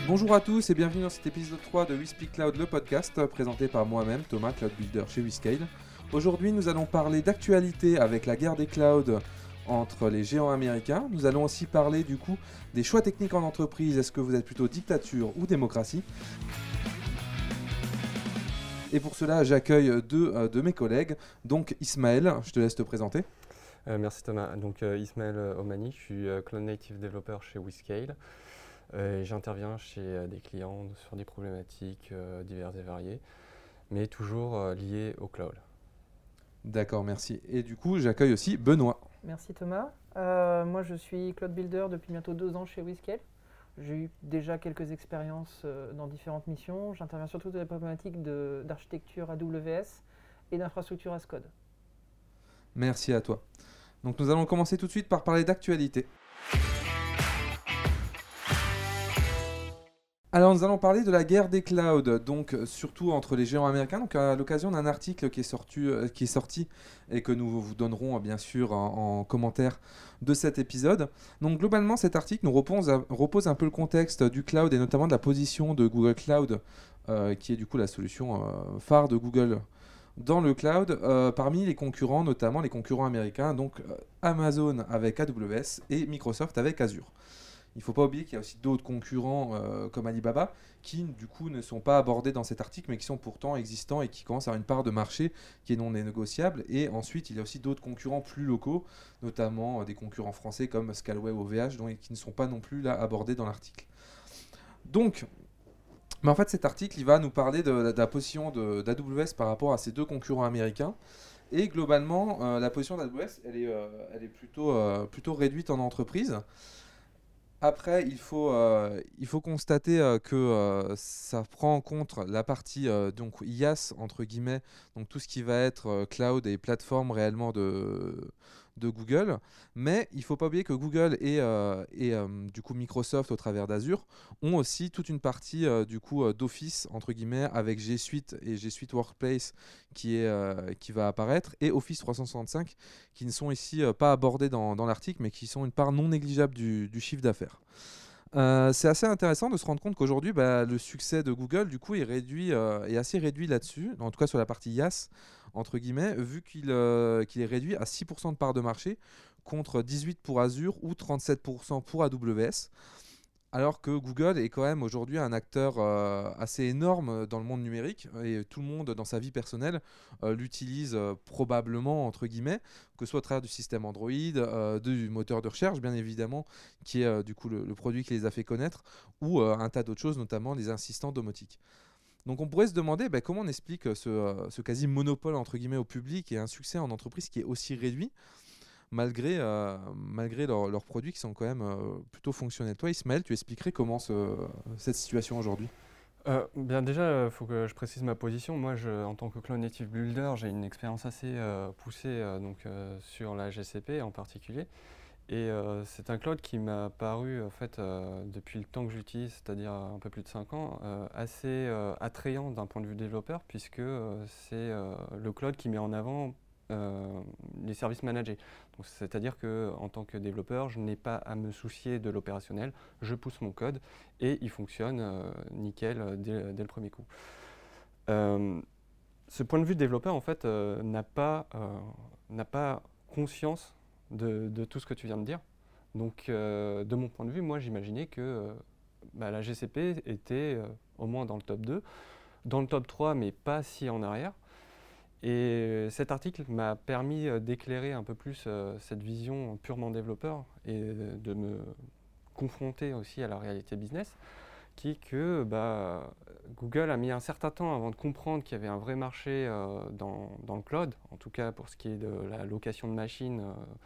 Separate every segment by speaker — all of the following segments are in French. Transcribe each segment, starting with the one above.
Speaker 1: Bonjour à tous et bienvenue dans cet épisode 3 de We Speak Cloud, le podcast présenté par moi-même, Thomas, Cloud Builder chez WeScale. Aujourd'hui, nous allons parler d'actualité avec la guerre des clouds entre les géants américains. Nous allons aussi parler du coup des choix techniques en entreprise. Est-ce que vous êtes plutôt dictature ou démocratie ? Et pour cela, j'accueille deux de mes collègues. Donc Ismaël, je te laisse te présenter.
Speaker 2: Merci Thomas. Donc Ismaël Omani, je suis Cloud Native Developer chez WeScale. Et j'interviens chez des clients sur des problématiques diverses et variées, mais toujours liées au cloud.
Speaker 1: D'accord, merci. Et du coup, j'accueille aussi Benoît.
Speaker 3: Merci Thomas. Moi je suis Cloud Builder depuis bientôt 2 ans chez WeScale. J'ai eu déjà quelques expériences dans différentes missions. J'interviens surtout dans les problématiques d'architecture AWS et d'infrastructure as code.
Speaker 1: Merci à toi. Donc nous allons commencer tout de suite par parler d'actualité. Alors nous allons parler de la guerre des clouds, donc surtout entre les géants américains, donc à l'occasion d'un article qui est sorti et que nous vous donnerons bien sûr en commentaire de cet épisode. Donc globalement cet article nous repose un peu le contexte du cloud et notamment de la position de Google Cloud, qui est du coup la solution phare de Google dans le cloud, parmi les concurrents, notamment les concurrents américains, donc Amazon avec AWS et Microsoft avec Azure. Il ne faut pas oublier qu'il y a aussi d'autres concurrents comme Alibaba qui du coup ne sont pas abordés dans cet article mais qui sont pourtant existants et qui commencent à avoir une part de marché qui est non négociable. Et ensuite il y a aussi d'autres concurrents plus locaux, notamment des concurrents français comme Scalway ou OVH, qui ne sont pas non plus là abordés dans l'article. Donc, mais en fait cet article il va nous parler de la position d'AWS par rapport à ces deux concurrents américains. Et globalement la position d'AWS elle est plutôt réduite en entreprise. Après, il faut constater que ça prend en compte la partie donc IaaS, entre guillemets, donc tout ce qui va être cloud et plateforme réellement de Google. Mais il ne faut pas oublier que Google et du coup Microsoft au travers d'Azure ont aussi toute une partie du coup d'Office, entre guillemets, avec G Suite et G Suite Workplace qui va apparaître, et Office 365 qui ne sont ici pas abordés dans l'article, mais qui sont une part non négligeable du chiffre d'affaires. C'est assez intéressant de se rendre compte qu'aujourd'hui, le succès de Google, du coup, est assez réduit là-dessus, en tout cas sur la partie IaaS, entre guillemets, vu qu'il est réduit à 6% de part de marché, contre 18% pour Azure ou 37% pour AWS. Alors que Google est quand même aujourd'hui un acteur assez énorme dans le monde numérique, et tout le monde dans sa vie personnelle l'utilise probablement, entre guillemets, que ce soit à travers du système Android, du moteur de recherche bien évidemment, qui est du coup le produit qui les a fait connaître, ou un tas d'autres choses, notamment les assistants domotiques. Donc on pourrait se demander comment on explique ce quasi monopole entre guillemets au public et un succès en entreprise qui est aussi réduit, malgré leurs produits qui sont quand même plutôt fonctionnels. Toi, Ismaël, tu expliquerais comment cette situation aujourd'hui ?
Speaker 2: Bien déjà, il faut que je précise ma position. Moi, en tant que Cloud Native Builder, j'ai une expérience assez poussée sur la GCP en particulier. Et c'est un cloud qui m'a paru, en fait, depuis le temps que j'utilise, c'est-à-dire un peu plus de 5 ans, assez attrayant d'un point de vue développeur, puisque c'est le cloud qui met en avant les services managés. Donc, c'est-à-dire qu'en tant que développeur, je n'ai pas à me soucier de l'opérationnel, je pousse mon code et il fonctionne nickel dès le premier coup. Ce point de vue de développeur, en fait, n'a pas conscience de tout ce que tu viens de dire. Donc, de mon point de vue, moi, j'imaginais que la GCP était au moins dans le top 2, dans le top 3, mais pas si en arrière. Et cet article m'a permis d'éclairer un peu plus cette vision purement développeur et de me confronter aussi à la réalité business, qui est que Google a mis un certain temps avant de comprendre qu'il y avait un vrai marché dans le cloud, en tout cas pour ce qui est de la location de machines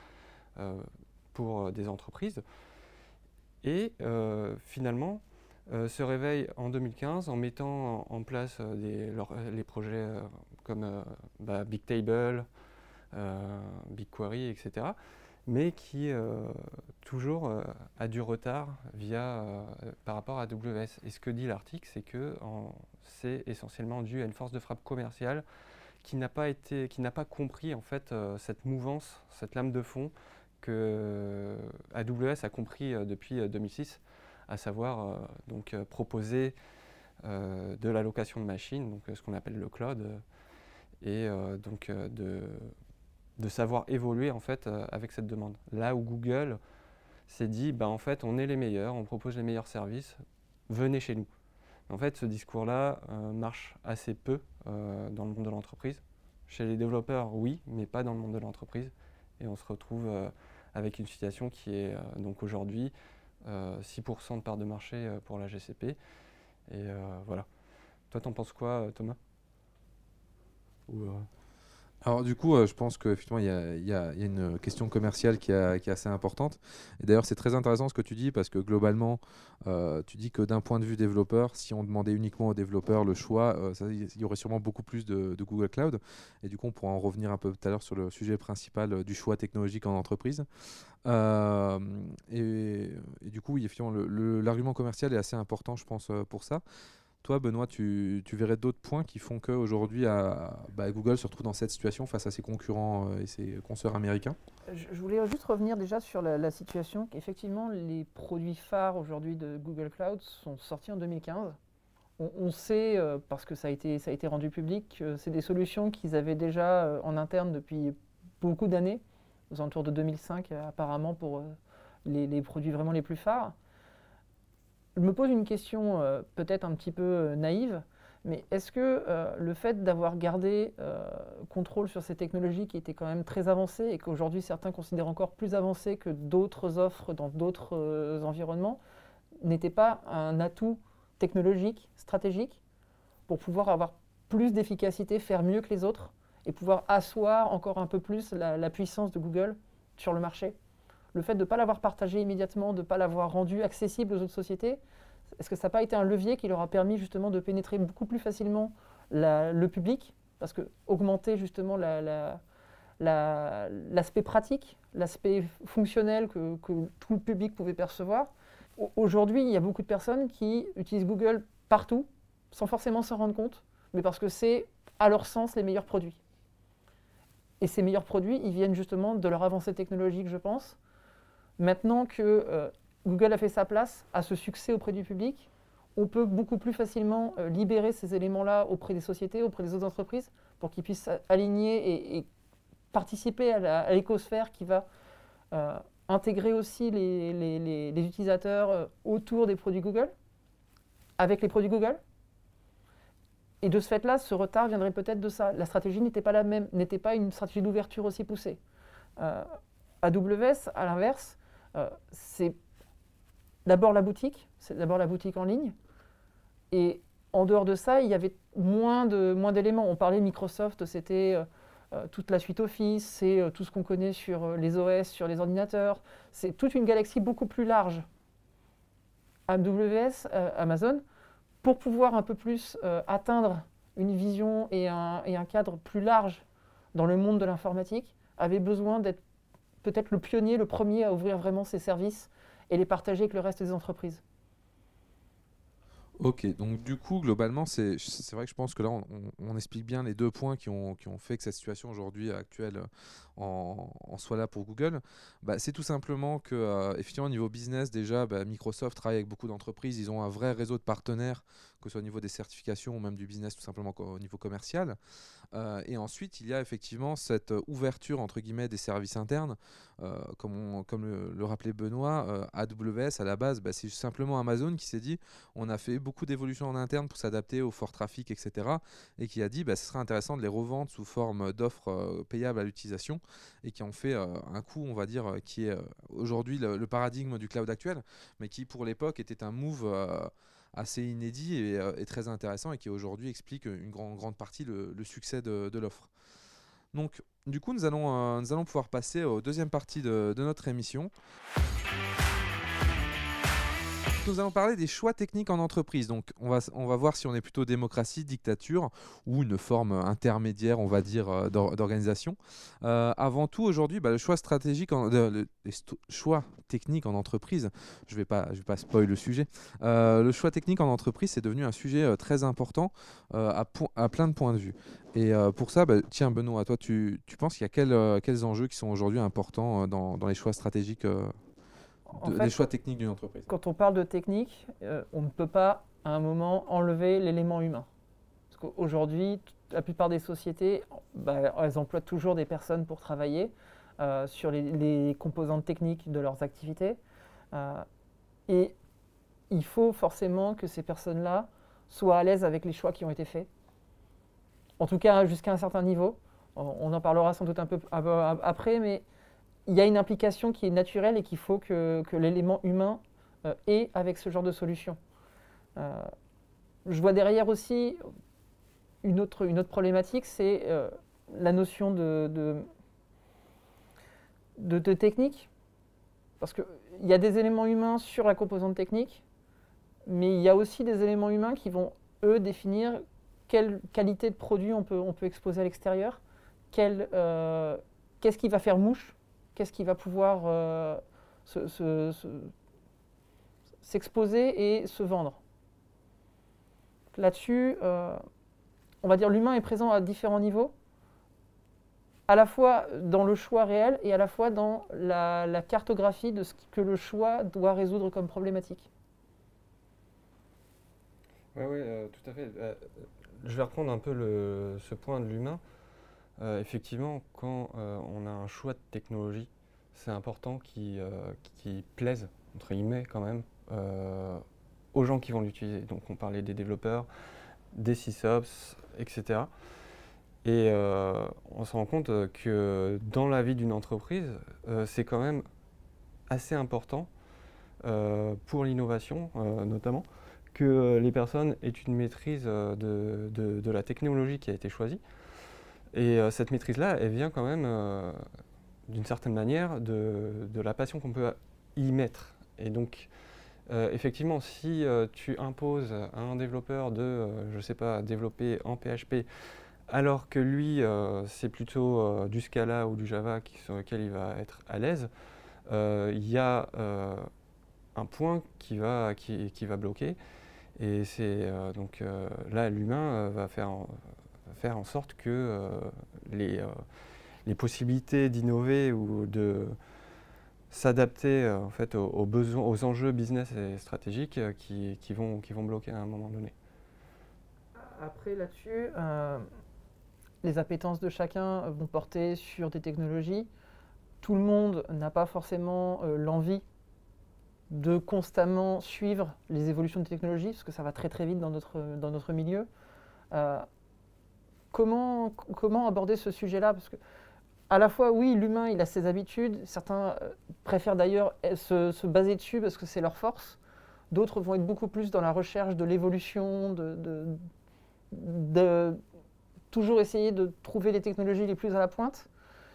Speaker 2: pour des entreprises. Et finalement, se réveille en 2015 en mettant en place les projets comme Bigtable, BigQuery, etc., mais qui toujours a du retard par rapport à AWS. Et ce que dit l'article, c'est que c'est essentiellement dû à une force de frappe commerciale qui n'a pas compris en fait cette mouvance, cette lame de fond que AWS a compris depuis 2006, à savoir proposer de la location de machines, donc ce qu'on appelle le cloud, et de savoir évoluer en fait avec cette demande. Là où Google s'est dit, en fait, on est les meilleurs, on propose les meilleurs services, venez chez nous. En fait, ce discours-là marche assez peu dans le monde de l'entreprise. Chez les développeurs, oui, mais pas dans le monde de l'entreprise. Et on se retrouve avec une situation qui est donc aujourd'hui 6% de part de marché pour la GCP. Et voilà. Toi, t'en penses quoi, Thomas?
Speaker 1: Alors du coup, je pense qu'effectivement, il y a une question commerciale qui est assez importante. Et d'ailleurs, c'est très intéressant ce que tu dis, parce que globalement, tu dis que d'un point de vue développeur, si on demandait uniquement aux développeurs le choix, il y aurait sûrement beaucoup plus de Google Cloud. Et du coup, on pourra en revenir un peu tout à l'heure sur le sujet principal du choix technologique en entreprise. Et du coup, oui, effectivement, l'argument commercial est assez important, je pense, pour ça. Toi, Benoît, tu verrais d'autres points qui font qu'aujourd'hui, Google se retrouve dans cette situation face à ses concurrents et ses consoeurs américains?
Speaker 3: Je voulais juste revenir déjà sur la situation qu'effectivement les produits phares aujourd'hui de Google Cloud sont sortis en 2015. On sait, parce que ça a été rendu public, que c'est des solutions qu'ils avaient déjà en interne depuis beaucoup d'années, aux alentours de 2005 apparemment pour les produits vraiment les plus phares. Je me pose une question peut-être un petit peu naïve, mais est-ce que le fait d'avoir gardé contrôle sur ces technologies qui étaient quand même très avancées et qu'aujourd'hui certains considèrent encore plus avancées que d'autres offres dans d'autres environnements, n'était pas un atout technologique, stratégique, pour pouvoir avoir plus d'efficacité, faire mieux que les autres et pouvoir asseoir encore un peu plus la puissance de Google sur le marché? Le fait de ne pas l'avoir partagé immédiatement, de ne pas l'avoir rendu accessible aux autres sociétés, est-ce que ça n'a pas été un levier qui leur a permis justement de pénétrer beaucoup plus facilement le public? Parce que augmenter justement l'aspect pratique, l'aspect fonctionnel que tout le public pouvait percevoir. Aujourd'hui, il y a beaucoup de personnes qui utilisent Google partout, sans forcément s'en rendre compte, mais parce que c'est, à leur sens, les meilleurs produits. Et ces meilleurs produits, ils viennent justement de leur avancée technologique, je pense. Maintenant que Google a fait sa place à ce succès auprès du public, on peut beaucoup plus facilement libérer ces éléments-là auprès des sociétés, auprès des autres entreprises, pour qu'ils puissent aligner et participer à l'écosphère qui va intégrer aussi les utilisateurs autour des produits Google, avec les produits Google. Et de ce fait-là, ce retard viendrait peut-être de ça. La stratégie n'était pas la même, n'était pas une stratégie d'ouverture aussi poussée. AWS, à l'inverse, c'est d'abord la boutique en ligne. Et en dehors de ça, il y avait moins d'éléments. On parlait de Microsoft, c'était toute la suite Office, c'est tout ce qu'on connaît sur les OS, sur les ordinateurs. C'est toute une galaxie beaucoup plus large. AWS, Amazon, pour pouvoir un peu plus atteindre une vision et un cadre plus large dans le monde de l'informatique, avait besoin d'être peut-être le pionnier, le premier à ouvrir vraiment ses services et les partager avec le reste des entreprises.
Speaker 1: Ok, donc du coup, globalement, c'est vrai que je pense que là, on explique bien les deux points qui ont fait que cette situation aujourd'hui actuelle en soit là pour Google. C'est tout simplement que, effectivement, au niveau business, déjà, Microsoft travaille avec beaucoup d'entreprises. Ils ont un vrai réseau de partenaires, que ce soit au niveau des certifications ou même du business, tout simplement au niveau commercial. Et ensuite, il y a effectivement cette ouverture, entre guillemets, des services internes. Comme le rappelait Benoît, AWS, à la base, c'est simplement Amazon qui s'est dit, on a fait beaucoup d'évolutions en interne pour s'adapter au fort trafic, etc. Et qui a dit, ce serait intéressant de les revendre sous forme d'offres payables à l'utilisation, et qui ont fait un coût, on va dire, qui est aujourd'hui le paradigme du cloud actuel, mais qui pour l'époque était un move assez inédit et très intéressant, et qui aujourd'hui explique une grande partie le succès de l'offre. Donc du coup, nous allons pouvoir passer aux deuxième partie de notre émission. Nous allons parler des choix techniques en entreprise. Donc, on va voir si on est plutôt démocratie, dictature ou une forme intermédiaire, on va dire, d'organisation. Avant tout, aujourd'hui, le choix stratégique, choix techniques en entreprise, je vais pas spoiler le sujet. Le choix technique en entreprise, c'est devenu un sujet très important à plein de points de vue. Et pour ça, tiens, Benoît, toi, tu penses qu'il y a quels enjeux qui sont aujourd'hui importants dans les choix stratégiques des choix techniques d'une entreprise.
Speaker 3: Quand on parle de technique, on ne peut pas à un moment enlever l'élément humain. Parce qu'aujourd'hui, la plupart des sociétés, elles emploient toujours des personnes pour travailler sur les composantes techniques de leurs activités. Et il faut forcément que ces personnes-là soient à l'aise avec les choix qui ont été faits. En tout cas, jusqu'à un certain niveau. On en parlera sans doute un peu après, mais il y a une implication qui est naturelle et qu'il faut que l'élément humain ait avec ce genre de solution. Je vois derrière aussi une autre problématique, c'est la notion de technique. Parce qu'il y a des éléments humains sur la composante technique, mais il y a aussi des éléments humains qui vont, eux, définir quelle qualité de produit on peut exposer à l'extérieur, qu'est-ce qui va faire mouche, qu'est-ce qui va pouvoir s'exposer et se vendre. Là-dessus, on va dire l'humain est présent à différents niveaux, à la fois dans le choix réel et à la fois dans la cartographie de ce que le choix doit résoudre comme problématique.
Speaker 2: Oui, tout à fait. Je vais reprendre un peu ce point de l'humain. Effectivement, quand on a un choix de technologie, c'est important qu'il plaise, entre guillemets quand même, aux gens qui vont l'utiliser. Donc on parlait des développeurs, des sysops, etc. Et on se rend compte que dans la vie d'une entreprise, c'est quand même assez important pour l'innovation notamment, que les personnes aient une maîtrise de la technologie qui a été choisie. Et cette maîtrise-là, elle vient quand même, d'une certaine manière, de la passion qu'on peut y mettre. Et donc, effectivement, si tu imposes à un développeur de, je ne sais pas, développer en PHP, alors que lui, c'est plutôt du Scala ou du Java sur lequel il va être à l'aise, il y a un point qui va bloquer. Et c'est donc là, l'humain va faire en sorte que les possibilités d'innover ou de s'adapter en fait aux besoins, aux enjeux business et stratégiques qui vont bloquer à un moment donné.
Speaker 3: Après, là-dessus, les appétences de chacun vont porter sur des technologies. Tout le monde n'a pas forcément l'envie de constamment suivre les évolutions de technologie, parce que ça va très très vite dans notre milieu. Comment aborder ce sujet-là? Parce que, à la fois, oui, l'humain, il a ses habitudes. Certains préfèrent d'ailleurs se baser dessus parce que c'est leur force. D'autres vont être beaucoup plus dans la recherche de l'évolution, de toujours essayer de trouver les technologies les plus à la pointe.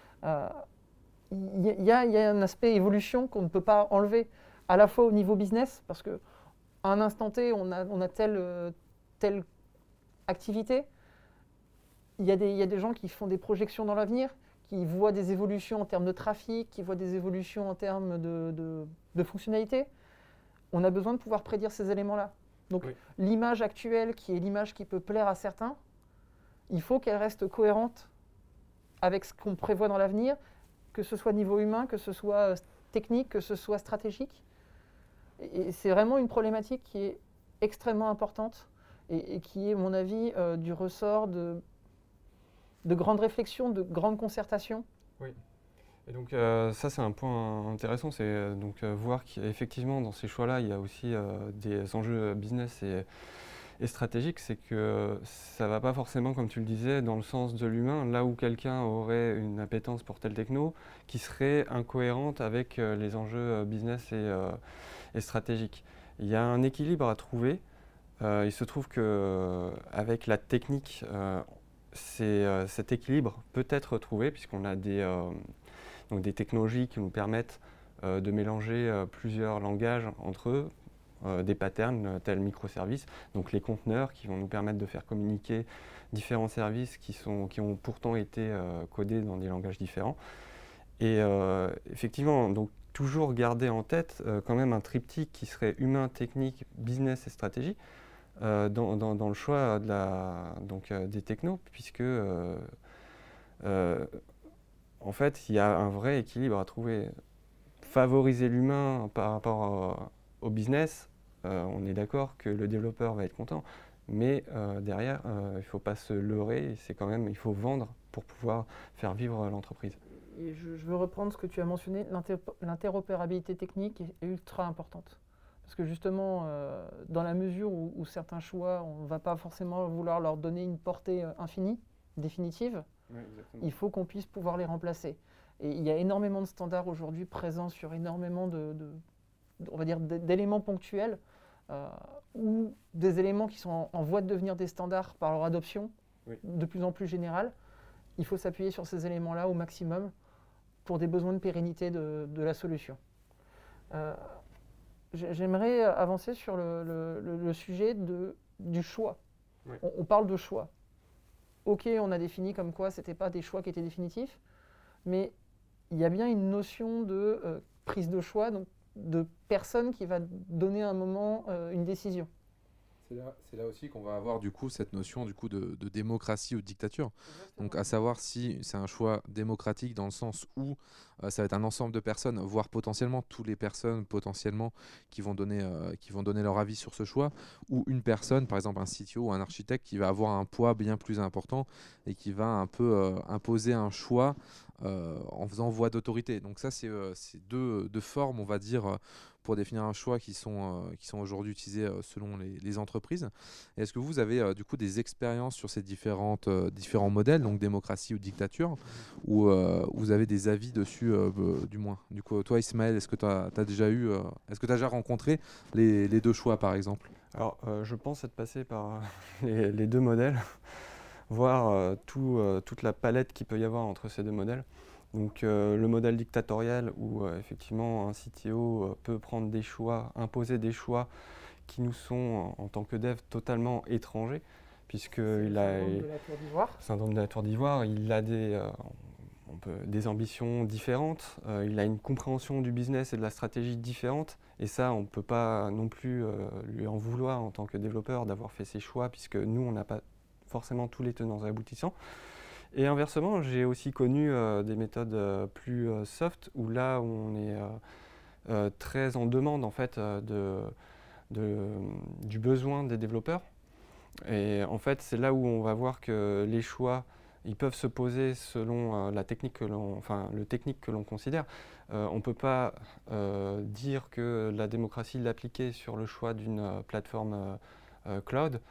Speaker 3: Il y a un aspect évolution qu'on ne peut pas enlever, à la fois au niveau business, parce qu'à un instant T, on a telle activité. Il y a des gens qui font des projections dans l'avenir, qui voient des évolutions en termes de trafic, qui voient des évolutions en termes de fonctionnalités. On a besoin de pouvoir prédire ces éléments-là. Donc oui, l'image actuelle, qui est l'image qui peut plaire à certains, il faut qu'elle reste cohérente avec ce qu'on prévoit dans l'avenir, que ce soit niveau humain, que ce soit technique, que ce soit stratégique. Et c'est vraiment une problématique qui est extrêmement importante et qui est, à mon avis, du ressort de grandes réflexions, de grandes concertations.
Speaker 2: Oui. Et donc ça, c'est un point intéressant, c'est donc voir qu'effectivement, dans ces choix-là, il y a aussi des enjeux business et stratégiques. C'est que ça ne va pas forcément, comme tu le disais, dans le sens de l'humain, là où quelqu'un aurait une appétence pour telle techno, qui serait incohérente avec les enjeux business et stratégiques. Il y a un équilibre à trouver. Il se trouve qu'avec la technique, cet équilibre peut être trouvé, puisqu'on a donc des technologies qui nous permettent de mélanger plusieurs langages entre eux, des patterns tels microservices, donc les conteneurs qui vont nous permettre de faire communiquer différents services qui ont pourtant été codés dans des langages différents. Et effectivement, donc toujours garder en tête quand même un triptyque qui serait humain, technique, business et stratégie dans le choix des technos, puisque en fait, il y a un vrai équilibre à trouver. favoriser l'humain par rapport au business, on est d'accord que le développeur va être content. Mais derrière, il ne faut pas se leurrer, il faut vendre pour pouvoir faire vivre l'entreprise.
Speaker 3: Et je veux reprendre ce que tu as mentionné, l'interopérabilité technique est ultra importante. Parce que justement, dans la mesure où certains choix, on ne va pas forcément vouloir leur donner une portée infinie, définitive, il faut qu'on puisse pouvoir les remplacer. Et il y a énormément de standards aujourd'hui présents sur énormément on va dire, d'éléments ponctuels, ou des éléments qui sont en voie de devenir des standards par leur adoption de plus en plus générale. Il faut s'appuyer sur ces éléments-là au maximum pour des besoins de pérennité de la solution. J'aimerais avancer sur le sujet du choix.
Speaker 2: Oui.
Speaker 3: On parle de choix. Ok, on a défini comme quoi ce n'était pas des choix qui étaient définitifs, mais il y a bien une notion de prise de choix, donc de personne qui va donner à un moment une décision.
Speaker 1: C'est là aussi qu'on va avoir du coup cette notion du coup de démocratie ou de dictature. Donc à savoir si c'est un choix démocratique dans le sens où ça va être un ensemble de personnes, voire potentiellement toutes les personnes potentiellement qui vont donner leur avis sur ce choix, ou une personne, par exemple un CTO ou un architecte qui va avoir un poids bien plus important et qui va un peu imposer un choix en faisant voix d'autorité. Donc ça c'est deux formes, on va dire, pour définir un choix qui sont aujourd'hui utilisés selon les entreprises. Et est-ce que vous avez du coup des expériences sur ces différents modèles, donc démocratie ou dictature, ou vous avez des avis dessus du moins. Du coup, toi Ismaël, est-ce que tu as déjà rencontré les deux choix par exemple?
Speaker 2: Alors, je pense être passé par les deux modèles, voir toute la palette qu'il peut y avoir entre ces deux modèles. Donc le modèle dictatorial où effectivement un CTO peut prendre des choix, imposer des choix qui nous sont en tant que dev totalement étrangers, puisqu'il a syndrome de la tour d'ivoire, il a des ambitions différentes, il a une compréhension du business et de la stratégie différente, et ça on ne peut pas non plus lui en vouloir en tant que développeur d'avoir fait ses choix, puisque nous on n'a pas forcément tous les tenants et aboutissants. Et inversement, j'ai aussi connu des méthodes plus soft, où là où on est très en demande en fait du besoin des développeurs. Et en fait, c'est là où on va voir que les choix, ils peuvent se poser selon le technique que l'on considère. On ne peut pas dire que la démocratie l'appliquer sur le choix d'une plateforme cloud.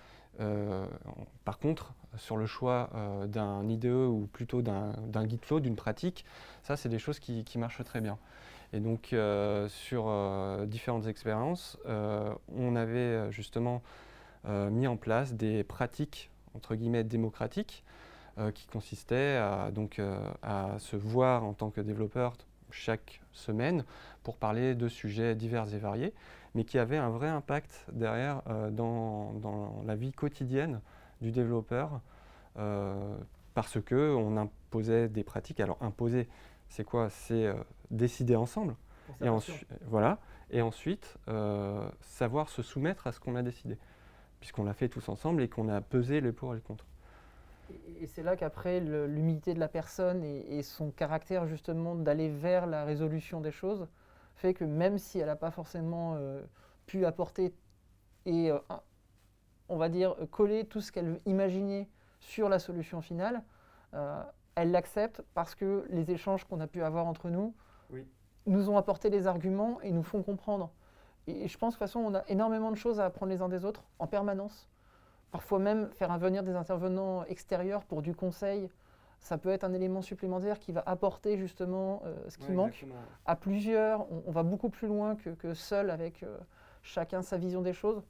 Speaker 2: Par contre, sur le choix d'un IDE ou plutôt d'un Gitflow, d'une pratique, ça c'est des choses qui marchent très bien. Et donc sur différentes expériences, on avait justement mis en place des pratiques entre guillemets démocratiques qui consistaient à se voir en tant que développeur chaque semaine pour parler de sujets divers et variés, mais qui avaient un vrai impact derrière dans la vie quotidienne du développeur, parce qu'on imposait des pratiques. Alors imposer, c'est quoi? C'est décider ensemble, et ensuite savoir se soumettre à ce qu'on a décidé, puisqu'on l'a fait tous ensemble et qu'on a pesé les pour et les contre.
Speaker 3: Et c'est là qu'après, l'humilité de la personne et son caractère justement d'aller vers la résolution des choses fait que même si elle n'a pas forcément pu apporter et, on va dire, coller tout ce qu'elle imaginait sur la solution finale, elle l'accepte parce que les échanges qu'on a pu avoir entre nous nous ont apporté des arguments et nous font comprendre. Et je pense de toute façon, on a énormément de choses à apprendre les uns des autres en permanence. Parfois même faire venir des intervenants extérieurs pour du conseil, ça peut être un élément supplémentaire qui va apporter justement ce qui manque.
Speaker 2: Exactement.
Speaker 3: À plusieurs, on va beaucoup plus loin que seul avec chacun sa vision des choses.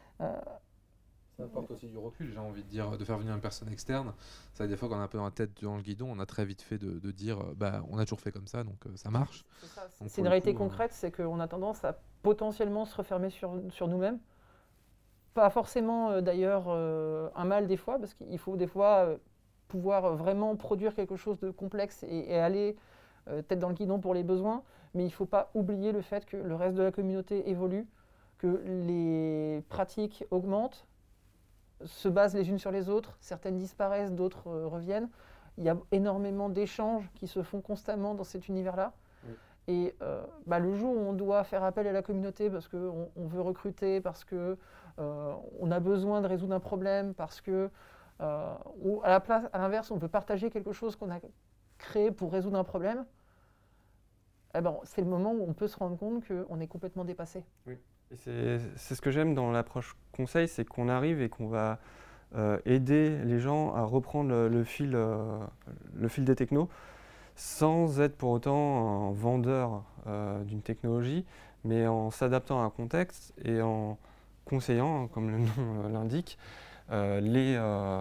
Speaker 1: Ça apporte aussi du recul, j'ai envie de dire, de faire venir une personne externe. Ça, des fois, quand on a un peu la tête dans le guidon, on a très vite fait de dire on a toujours fait comme ça, donc ça marche.
Speaker 3: C'est une réalité concrète, c'est qu'on a tendance à potentiellement se refermer sur nous-mêmes. Pas forcément d'ailleurs un mal des fois, parce qu'il faut des fois pouvoir vraiment produire quelque chose de complexe et aller tête dans le guidon pour les besoins, mais il ne faut pas oublier le fait que le reste de la communauté évolue, que les pratiques augmentent, se basent les unes sur les autres, certaines disparaissent, d'autres reviennent. Il y a énormément d'échanges qui se font constamment dans cet univers-là. Et le jour où on doit faire appel à la communauté parce qu'on veut recruter, parce qu'on a besoin de résoudre un problème, parce que, ou à l'inverse, on veut partager quelque chose qu'on a créé pour résoudre un problème, c'est le moment où on peut se rendre compte qu'on est complètement dépassé.
Speaker 2: Oui. Et c'est ce que j'aime dans l'approche conseil, c'est qu'on arrive et qu'on va aider les gens à reprendre le fil des technos, sans être pour autant un vendeur d'une technologie, mais en s'adaptant à un contexte et en conseillant, comme le nom l'indique, les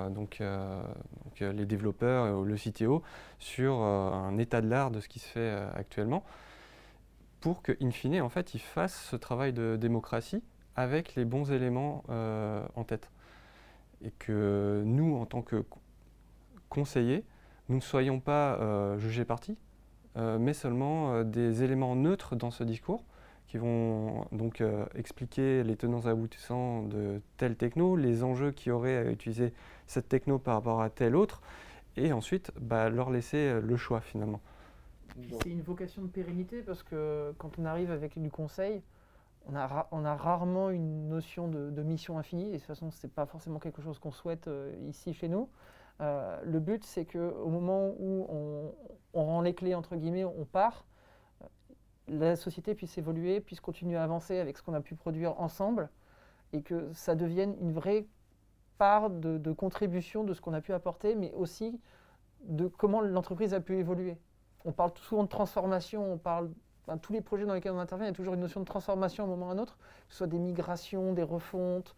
Speaker 2: développeurs ou le CTO sur un état de l'art de ce qui se fait actuellement, pour qu'in fine, en fait, ils fassent ce travail de démocratie avec les bons éléments en tête. Et que nous, en tant que conseillers, nous ne soyons pas jugés partis, mais seulement des éléments neutres dans ce discours qui vont donc expliquer les tenants aboutissants de telle techno, les enjeux qu'il y aurait à utiliser cette techno par rapport à telle autre, et ensuite leur laisser le choix finalement.
Speaker 3: C'est une vocation de pérennité parce que quand on arrive avec du conseil, on a rarement une notion de mission infinie, et de toute façon ce n'est pas forcément quelque chose qu'on souhaite ici chez nous. Le but, c'est qu'au moment où on rend les clés, entre guillemets, on part, la société puisse évoluer, puisse continuer à avancer avec ce qu'on a pu produire ensemble, et que ça devienne une vraie part de contribution de ce qu'on a pu apporter, mais aussi de comment l'entreprise a pu évoluer. On parle souvent de transformation, tous les projets dans lesquels on intervient, il y a toujours une notion de transformation à un moment ou à un autre, que ce soit des migrations, des refontes.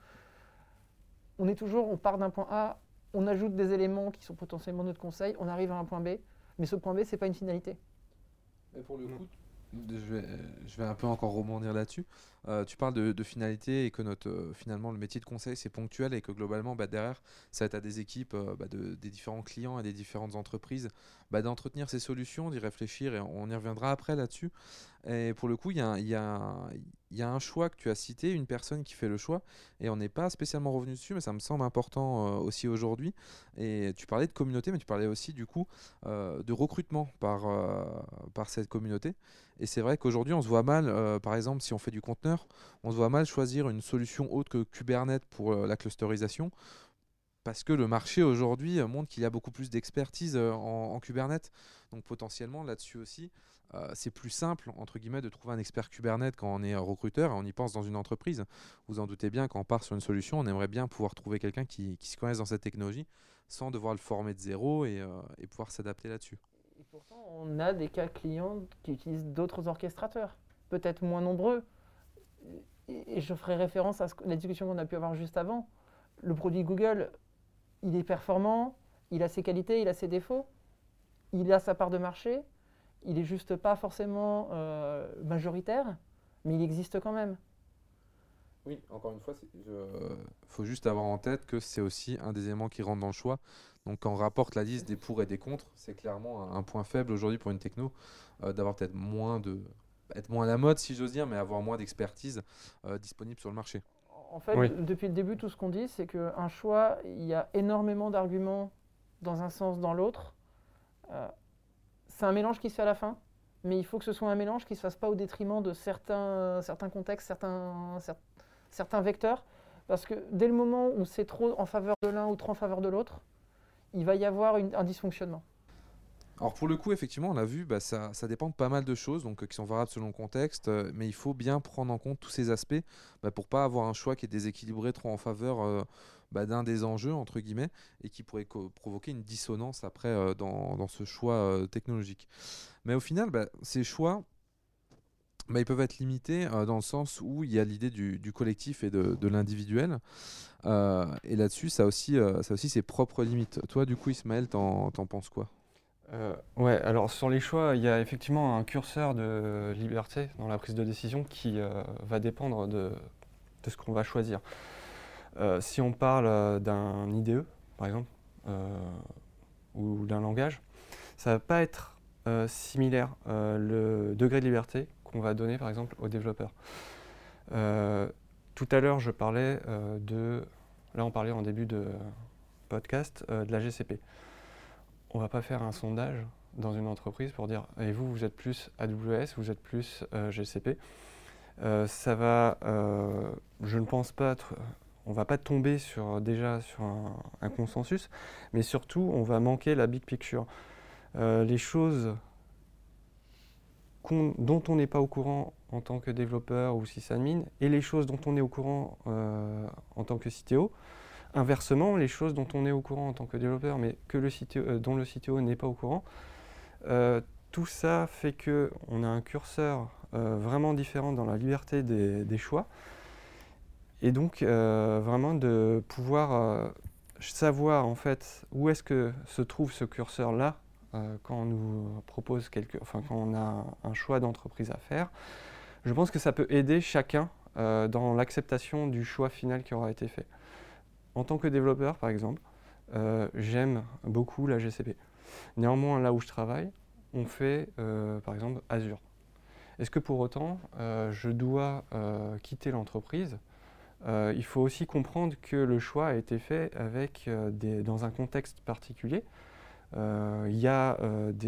Speaker 3: On part d'un point A, on ajoute des éléments qui sont potentiellement notre conseil, on arrive à un point B, mais ce point B, ce n'est pas une finalité.
Speaker 1: Et pour le coup, je vais un peu encore rebondir là-dessus. Tu parles de finalité et que finalement le métier de conseil c'est ponctuel et que globalement derrière ça va être à des équipes des différents clients et des différentes entreprises d'entretenir ces solutions, d'y réfléchir et on y reviendra après là-dessus. Et pour le coup, il y a un choix que tu as cité, une personne qui fait le choix et on n'est pas spécialement revenu dessus, mais ça me semble important aussi aujourd'hui. Et tu parlais de communauté, mais tu parlais aussi du coup de recrutement par cette communauté. Et c'est vrai qu'aujourd'hui, on se voit mal, par exemple, si on fait du conteneur, on se voit mal choisir une solution autre que Kubernetes pour la clusterisation, parce que le marché aujourd'hui montre qu'il y a beaucoup plus d'expertise en Kubernetes. Donc potentiellement, là-dessus aussi, c'est plus simple, entre guillemets, de trouver un expert Kubernetes quand on est recruteur et on y pense dans une entreprise. Vous en doutez bien, quand on part sur une solution, on aimerait bien pouvoir trouver quelqu'un qui se connaisse dans cette technologie sans devoir le former de zéro et pouvoir s'adapter là-dessus.
Speaker 3: Et pourtant, on a des cas clients qui utilisent d'autres orchestrateurs, peut-être moins nombreux. Et je ferai référence à la discussion qu'on a pu avoir juste avant. Le produit Google, il est performant, il a ses qualités, il a ses défauts, il a sa part de marché, il n'est juste pas forcément majoritaire, mais il existe quand même.
Speaker 1: Oui, encore une fois, faut juste avoir en tête que c'est aussi un des éléments qui rentre dans le choix. Donc quand on rapporte la liste des pour et des contre, c'est clairement un point faible aujourd'hui pour une techno, d'avoir peut-être être moins à la mode si j'ose dire, mais avoir moins d'expertise disponible sur le marché.
Speaker 3: En fait, oui. Depuis le début, tout ce qu'on dit, c'est qu'un choix, il y a énormément d'arguments dans un sens, dans l'autre. C'est un mélange qui se fait à la fin, mais il faut que ce soit un mélange qui ne se fasse pas au détriment de certains contextes, certains vecteurs, parce que dès le moment où c'est trop en faveur de l'un ou trop en faveur de l'autre, il va y avoir un dysfonctionnement.
Speaker 1: Alors pour le coup, effectivement, on l'a vu, ça dépend de pas mal de choses qui sont variables selon le contexte, mais il faut bien prendre en compte tous ces aspects pour pas avoir un choix qui est déséquilibré trop en faveur d'un des enjeux, entre guillemets, et qui pourrait provoquer une dissonance après dans ce choix technologique. Mais au final, ces choix, ils peuvent être limités dans le sens où il y a l'idée du collectif et de l'individuel. Et là-dessus, ça a aussi ses propres limites. Toi, du coup, Ismaël, t'en penses quoi ?
Speaker 2: Ouais, alors sur les choix, il y a effectivement un curseur de liberté dans la prise de décision qui va dépendre de ce qu'on va choisir. Si on parle d'un IDE, par exemple, ou d'un langage, ça ne va pas être similaire le degré de liberté qu'on va donner, par exemple, aux développeurs. Tout à l'heure, je parlais là on parlait en début de podcast, de la GCP. On ne va pas faire un sondage dans une entreprise pour dire et vous, vous êtes plus AWS, vous êtes plus GCP. Ça va, je ne pense pas, on ne va pas tomber déjà sur un consensus, mais surtout, on va manquer la big picture. Les choses dont on n'est pas au courant en tant que développeur ou sysadmin et les choses dont on est au courant en tant que CTO. Inversement, les choses dont on est au courant en tant que développeur mais que dont le CTO n'est pas au courant, tout ça fait qu'on a un curseur vraiment différent dans la liberté des choix et donc vraiment de pouvoir savoir en fait où est-ce que se trouve ce curseur-là quand on nous propose quand on a un choix d'entreprise à faire. Je pense que ça peut aider chacun dans l'acceptation du choix final qui aura été fait. En tant que développeur, par exemple, j'aime beaucoup la GCP. Néanmoins, là où je travaille, on fait, par exemple, Azure. Est-ce que pour autant, je dois quitter l'entreprise ? Il faut aussi comprendre que le choix a été fait dans un contexte particulier. Il y a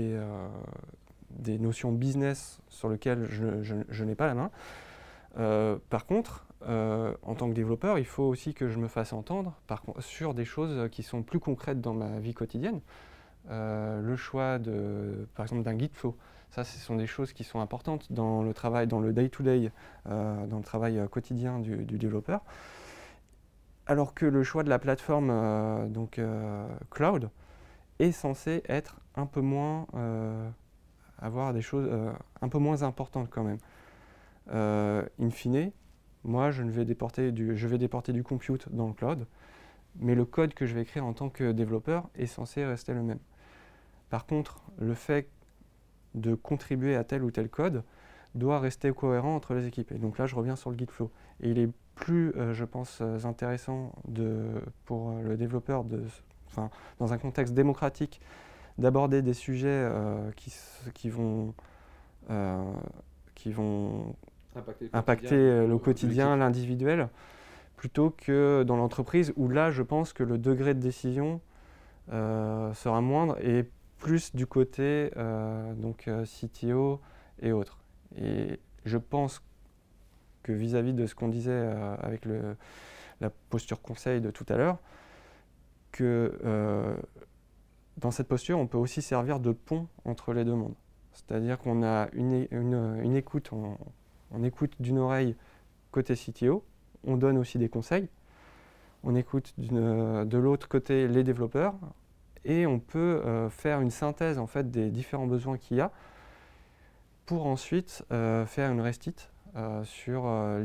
Speaker 2: des notions business sur lesquelles je n'ai pas la main. Par contre, en tant que développeur, il faut aussi que je me fasse entendre sur des choses qui sont plus concrètes dans ma vie quotidienne. Le choix, par exemple, d'un guide flow. Ça, ce sont des choses qui sont importantes dans le travail, dans le day-to-day, dans le travail quotidien du développeur. Alors que le choix de la plateforme cloud est censé être un peu moins, avoir des choses un peu moins importantes quand même. In fine, moi, je vais déporter du compute dans le cloud, mais le code que je vais écrire en tant que développeur est censé rester le même. Par contre, le fait de contribuer à tel ou tel code doit rester cohérent entre les équipes. Et donc là, je reviens sur le Gitflow. Et il est plus, je pense, intéressant pour le développeur, dans un contexte démocratique, d'aborder des sujets qui vont impacter le quotidien, l'individuel, plutôt que dans l'entreprise où là, je pense que le degré de décision sera moindre et plus du côté CTO et autres. Et je pense que vis-à-vis de ce qu'on disait avec la posture conseil de tout à l'heure, que dans cette posture, on peut aussi servir de pont entre les deux mondes. C'est-à-dire qu'on a une écoute, on écoute d'une oreille côté CTO, on donne aussi des conseils, on écoute de l'autre côté les développeurs, et on peut faire une synthèse en fait, des différents besoins qu'il y a pour ensuite faire une restite sur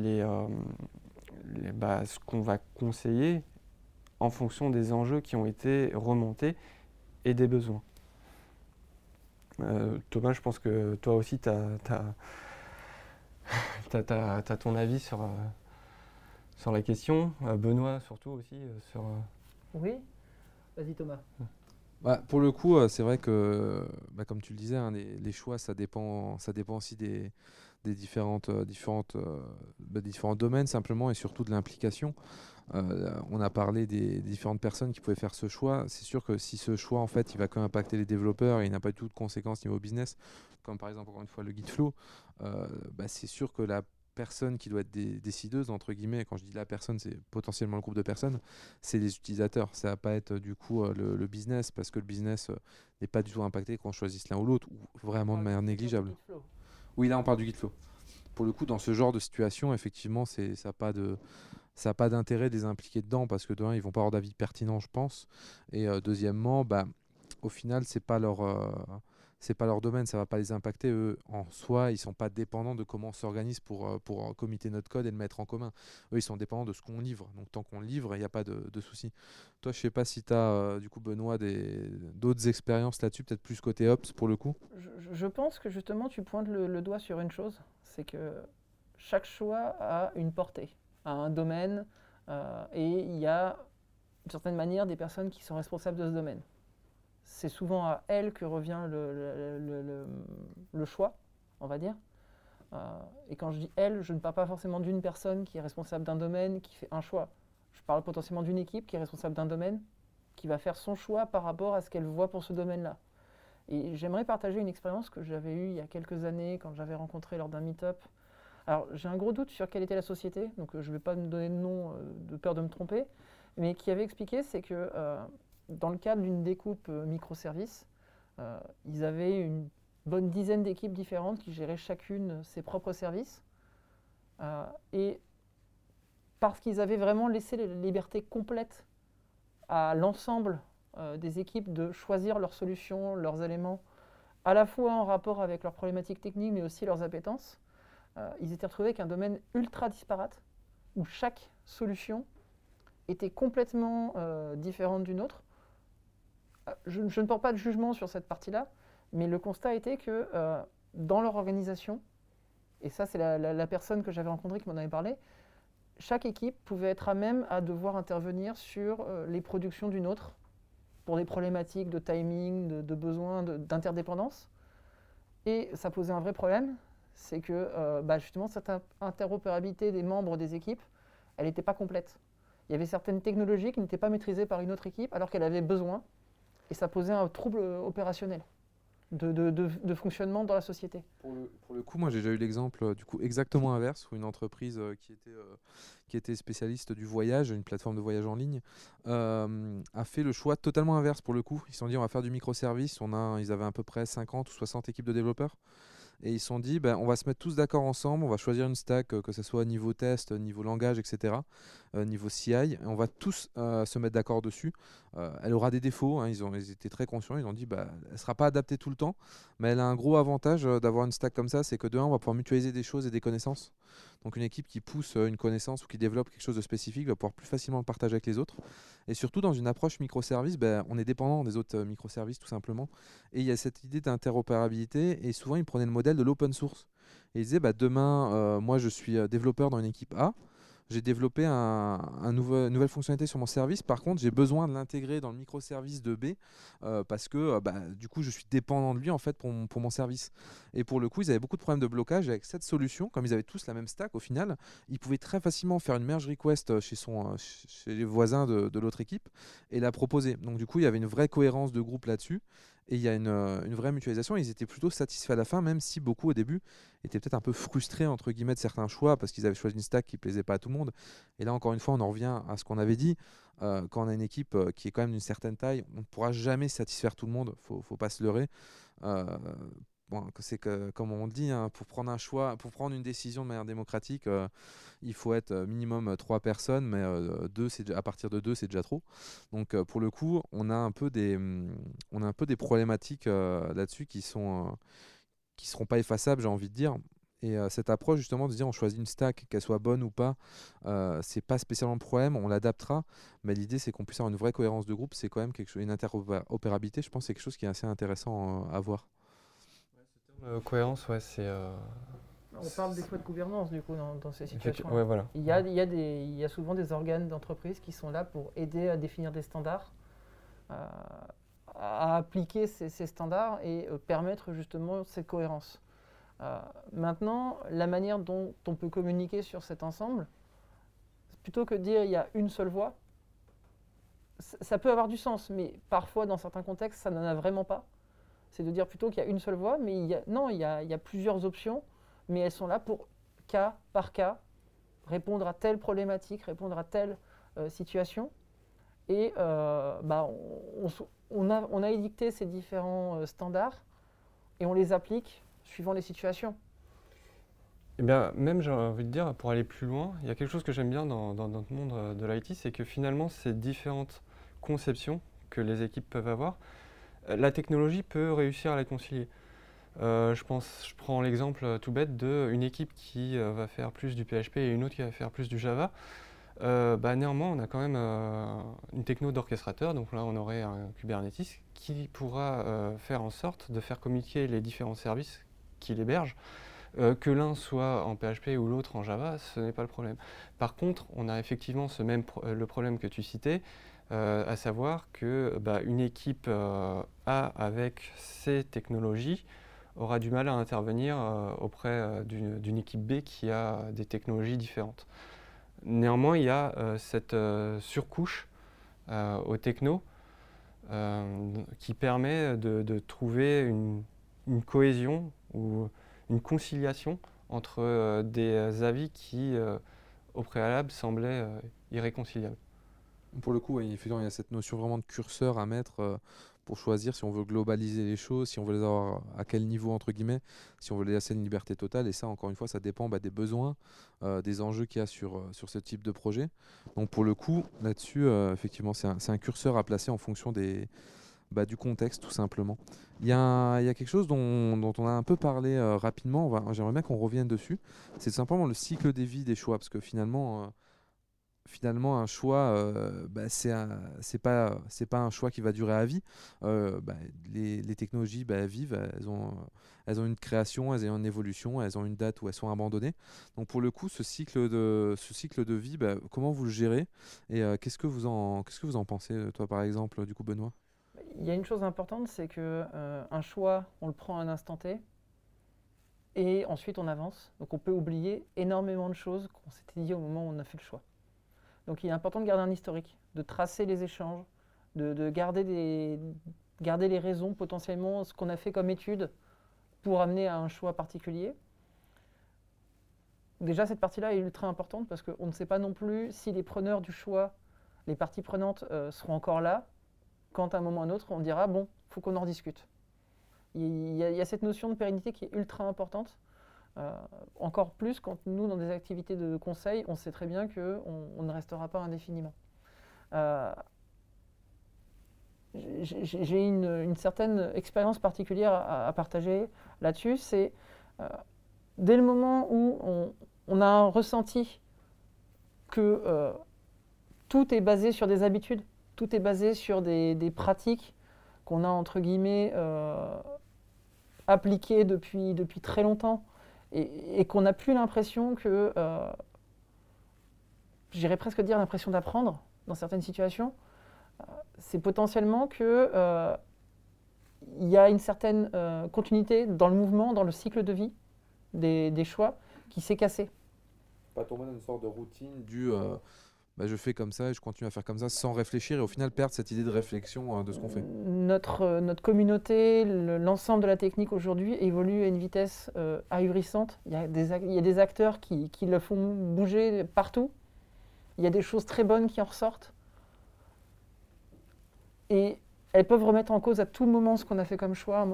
Speaker 2: ce qu'on va conseiller en fonction des enjeux qui ont été remontés et des besoins. Thomas, je pense que toi aussi, tu as ton avis sur la question. Benoît, surtout aussi.
Speaker 3: Oui, vas-y Thomas.
Speaker 1: Pour le coup, c'est vrai que, comme tu le disais, hein, les choix, ça dépend aussi des différents domaines simplement et surtout de l'implication. On a parlé des différentes personnes qui pouvaient faire ce choix. C'est sûr que si ce choix, en fait, il va quand même impacter les développeurs et il n'a pas du tout de conséquences niveau business, comme par exemple, encore une fois, le Gitflow, c'est sûr que la personne qui doit être décideuse, entre guillemets, quand je dis la personne, c'est potentiellement le groupe de personnes, c'est les utilisateurs. Ça va pas être du coup le business, parce que le business n'est pas du tout impacté quand on choisit l'un ou l'autre, ou vraiment de manière négligeable. Oui, là on parle du Gitflow. Pour le coup, dans ce genre de situation, effectivement, ça n'a pas d'intérêt de les impliquer dedans, parce que de un, ils vont pas avoir d'avis pertinent, je pense. Et deuxièmement, au final, c'est pas leur domaine, ça va pas les impacter. Eux, en soi, ils sont pas dépendants de comment on s'organise pour committer notre code et le mettre en commun. Eux, ils sont dépendants de ce qu'on livre. Donc, tant qu'on livre, il n'y a pas de souci. Toi, je sais pas si tu as, du coup, Benoît, d'autres expériences là-dessus, peut-être plus côté Ops pour le coup.
Speaker 3: Je pense que justement, tu pointes le doigt sur une chose, c'est que chaque choix a une portée, a un domaine, et il y a, d'une certaine manière, des personnes qui sont responsables de ce domaine. C'est souvent à elles que revient le choix, on va dire. Et quand je dis elles, je ne parle pas forcément d'une personne qui est responsable d'un domaine, qui fait un choix. Je parle potentiellement d'une équipe qui est responsable d'un domaine, qui va faire son choix par rapport à ce qu'elle voit pour ce domaine-là. Et j'aimerais partager une expérience que j'avais eue il y a quelques années quand j'avais rencontré lors d'un meet-up. Alors j'ai un gros doute sur quelle était la société, donc je ne vais pas me donner de nom de peur de me tromper, mais qui avait expliqué, c'est que dans le cadre d'une découpe microservices, ils avaient une bonne dizaine d'équipes différentes qui géraient chacune ses propres services. Et parce qu'ils avaient vraiment laissé la liberté complète à l'ensemble des équipes de choisir leurs solutions, leurs éléments, à la fois en rapport avec leurs problématiques techniques, mais aussi leurs appétences, ils étaient retrouvés avec un domaine ultra disparate, où chaque solution était complètement différente d'une autre. Je ne porte pas de jugement sur cette partie-là, mais le constat était que dans leur organisation, et ça c'est la personne que j'avais rencontrée qui m'en avait parlé, chaque équipe pouvait être à même à devoir intervenir sur les productions d'une autre pour des problématiques de timing, de besoins, d'interdépendance. Et ça posait un vrai problème, c'est que justement cette interopérabilité des membres des équipes, elle n'était pas complète. Il y avait certaines technologies qui n'étaient pas maîtrisées par une autre équipe alors qu'elle avait besoin, et ça posait un trouble opérationnel de fonctionnement dans la société.
Speaker 1: Pour le coup, moi j'ai déjà eu l'exemple du coup exactement inverse, où une entreprise qui était spécialiste du voyage, une plateforme de voyage en ligne, a fait le choix totalement inverse pour le coup. Ils se sont dit on va faire du microservice, ils avaient à peu près 50 ou 60 équipes de développeurs. Et ils se sont dit, on va se mettre tous d'accord ensemble, on va choisir une stack, que ce soit niveau test, niveau langage, etc., niveau CI, et on va tous se mettre d'accord dessus. Elle aura des défauts, hein, ils étaient très conscients, ils ont dit, elle ne sera pas adaptée tout le temps, mais elle a un gros avantage d'avoir une stack comme ça, c'est que de un, on va pouvoir mutualiser des choses et des connaissances. Donc une équipe qui pousse une connaissance ou qui développe quelque chose de spécifique va pouvoir plus facilement le partager avec les autres. Et surtout dans une approche microservice, on est dépendant des autres microservices tout simplement. Et il y a cette idée d'interopérabilité, et souvent ils prenaient le modèle de l'open source. Et ils disaient, demain, moi je suis développeur dans une équipe A, j'ai développé une nouvelle fonctionnalité sur mon service. Par contre, j'ai besoin de l'intégrer dans le microservice de B parce que du coup, je suis dépendant de lui en fait pour mon service. Et pour le coup, ils avaient beaucoup de problèmes de blocage. Avec cette solution, comme ils avaient tous la même stack, au final, ils pouvaient très facilement faire une merge request chez les voisins de l'autre équipe et la proposer. Donc du coup, il y avait une vraie cohérence de groupe là-dessus. Et il y a une vraie mutualisation. Ils étaient plutôt satisfaits à la fin, même si beaucoup au début étaient peut-être un peu frustrés entre guillemets de certains choix parce qu'ils avaient choisi une stack qui plaisait pas à tout le monde. Et là, encore une fois, on en revient à ce qu'on avait dit. Quand on a une équipe qui est quand même d'une certaine taille, on ne pourra jamais satisfaire tout le monde. Faut pas se leurrer. C'est que, comme on dit, hein, pour prendre un choix, pour prendre une décision de manière démocratique, il faut être minimum 3 personnes, mais à partir de 2, c'est déjà trop. Donc pour le coup, on a un peu des problématiques là-dessus qui seront pas effaçables, j'ai envie de dire. Et cette approche justement de se dire on choisit une stack, qu'elle soit bonne ou pas, c'est pas spécialement le problème, on l'adaptera, mais l'idée c'est qu'on puisse avoir une vraie cohérence de groupe, c'est quand même une interopérabilité, je pense que c'est quelque chose qui est assez intéressant à voir.
Speaker 2: Cohérence, ouais, c'est...
Speaker 3: On parle des fois de gouvernance du coup dans ces situations.
Speaker 2: Ouais, voilà.
Speaker 3: Il y a souvent des organes d'entreprise qui sont là pour aider à définir des standards, à appliquer ces standards et permettre justement cette cohérence. Maintenant, la manière dont on peut communiquer sur cet ensemble, plutôt que de dire il y a une seule voie, ça peut avoir du sens, mais parfois dans certains contextes, ça n'en a vraiment pas. C'est de dire plutôt qu'il y a une seule voie, mais il y a plusieurs options, mais elles sont là pour cas par cas répondre à telle problématique, répondre à telle situation. Et on a édicté ces différents standards et on les applique suivant les situations.
Speaker 2: Eh bien, même j'ai envie de dire, pour aller plus loin, il y a quelque chose que j'aime bien dans notre monde de l'IT, c'est que finalement, ces différentes conceptions que les équipes peuvent avoir, la technologie peut réussir à les concilier. Je prends l'exemple tout bête d'une équipe qui va faire plus du PHP et une autre qui va faire plus du Java. Néanmoins, on a quand même une techno d'orchestrateur, donc là on aurait un Kubernetes qui pourra faire en sorte de faire communiquer les différents services qui l'hébergent. Que l'un soit en PHP ou l'autre en Java, ce n'est pas le problème. Par contre, on a effectivement le problème que tu citais, à savoir que une équipe A avec ces technologies aura du mal à intervenir auprès d'une équipe B qui a des technologies différentes. Néanmoins, il y a cette surcouche aux technos qui permet de trouver une cohésion ou une conciliation entre des avis qui, au préalable, semblaient irréconciliables.
Speaker 1: Pour le coup, oui, effectivement, il y a cette notion vraiment de curseur à mettre pour choisir si on veut globaliser les choses, si on veut les avoir à quel niveau, entre guillemets, si on veut les laisser une liberté totale. Et ça, encore une fois, ça dépend des besoins, des enjeux qu'il y a sur ce type de projet. Donc pour le coup, là-dessus, effectivement, c'est un curseur à placer en fonction du contexte, tout simplement. Il y a quelque chose dont on a un peu parlé rapidement, j'aimerais bien qu'on revienne dessus. C'est simplement le cycle des vies des choix, parce que finalement, un choix, c'est pas un choix qui va durer à vie. Les technologies vivent, elles ont une création, elles ont une évolution, elles ont une date où elles sont abandonnées. Donc pour le coup, ce cycle de vie, comment vous le gérez et qu'est-ce que vous en pensez, toi par exemple, du coup, Benoît?
Speaker 3: Il y a une chose importante, c'est que un choix, on le prend à un instant T et ensuite on avance. Donc on peut oublier énormément de choses qu'on s'était dit au moment où on a fait le choix. Donc il est important de garder un historique, de tracer les échanges, de garder les raisons, potentiellement ce qu'on a fait comme étude pour amener à un choix particulier. Déjà, cette partie-là est ultra importante parce qu'on ne sait pas non plus si les preneurs du choix, les parties prenantes seront encore là, quand à un moment ou à un autre, on dira, bon, il faut qu'on en rediscute. Il y a cette notion de pérennité qui est ultra importante. Encore plus quand nous, dans des activités de conseil, on sait très bien qu'on ne restera pas indéfiniment. J'ai une certaine expérience particulière à partager là-dessus. C'est dès le moment où on a un ressenti que tout est basé sur des habitudes, tout est basé sur des pratiques qu'on a, entre guillemets, appliquées depuis très longtemps, et qu'on n'a plus l'impression que, j'irais presque dire l'impression d'apprendre dans certaines situations, c'est potentiellement que il y a une certaine continuité dans le mouvement, dans le cycle de vie des choix qui s'est cassé.
Speaker 1: Pas tomber dans une sorte de routine je fais comme ça et je continue à faire comme ça sans réfléchir et au final perdre cette idée de réflexion de ce qu'on fait.
Speaker 3: Notre communauté, l'ensemble de la technique aujourd'hui évolue à une vitesse ahurissante. Il y a des acteurs qui le font bouger partout. Il y a des choses très bonnes qui en ressortent. Et elles peuvent remettre en cause à tout moment ce qu'on a fait comme choix,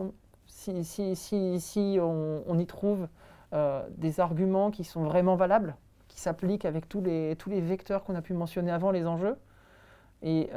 Speaker 3: si on y trouve des arguments qui sont vraiment valables, qui s'appliquent avec tous les vecteurs qu'on a pu mentionner avant, les enjeux. Et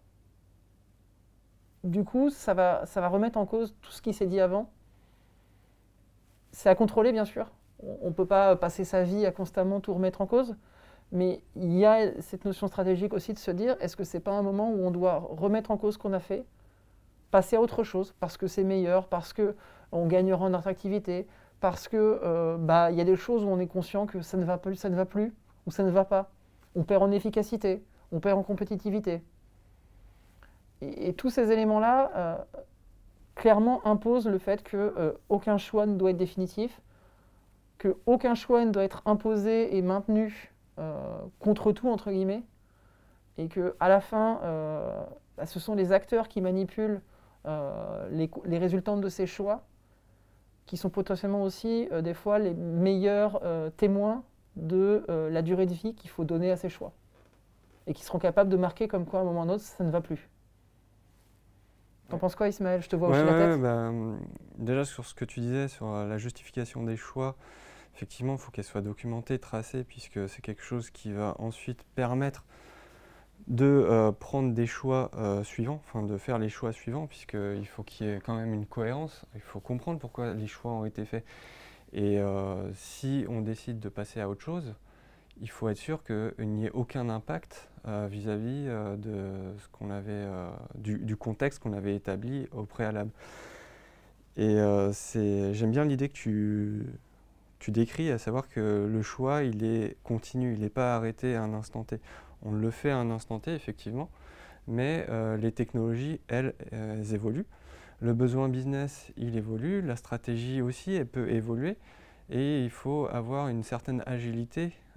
Speaker 3: du coup, ça va remettre en cause tout ce qui s'est dit avant. C'est à contrôler, bien sûr. On ne peut pas passer sa vie à constamment tout remettre en cause. Mais il y a cette notion stratégique aussi de se dire, est-ce que ce n'est pas un moment où on doit remettre en cause ce qu'on a fait, passer à autre chose, parce que c'est meilleur, parce qu'on gagnera en attractivité, parce que y a des choses où on est conscient que ça ne va plus, ou ça ne va pas. On perd en efficacité, on perd en compétitivité. Et tous ces éléments-là, clairement, imposent le fait qu'aucun choix ne doit être définitif, qu'aucun choix ne doit être imposé et maintenu contre tout, entre guillemets, et qu'à la fin, ce sont les acteurs qui manipulent les résultats de ces choix, qui sont potentiellement aussi des fois les meilleurs témoins de la durée de vie qu'il faut donner à ces choix, et qui seront capables de marquer comme quoi à un moment ou à un autre ça ne va plus. T'en penses quoi, Ismaël? Je te vois hocher la tête.
Speaker 2: Déjà sur ce que tu disais sur la justification des choix, effectivement il faut qu'elle soit documentée, tracée, puisque c'est quelque chose qui va ensuite permettre de prendre des choix suivants, enfin de faire les choix suivants, puisqu'il faut qu'il y ait quand même une cohérence, il faut comprendre pourquoi les choix ont été faits. Et si on décide de passer à autre chose, il faut être sûr qu'il n'y ait aucun impact vis-à-vis de ce qu'on avait, du contexte qu'on avait établi au préalable. Et j'aime bien l'idée que tu décris, à savoir que le choix, il est continu, il n'est pas arrêté à un instant T. On le fait à un instant T, effectivement, mais les technologies, elles évoluent. Le besoin business, il évolue, la stratégie aussi, elle peut évoluer, et il faut avoir une certaine agilité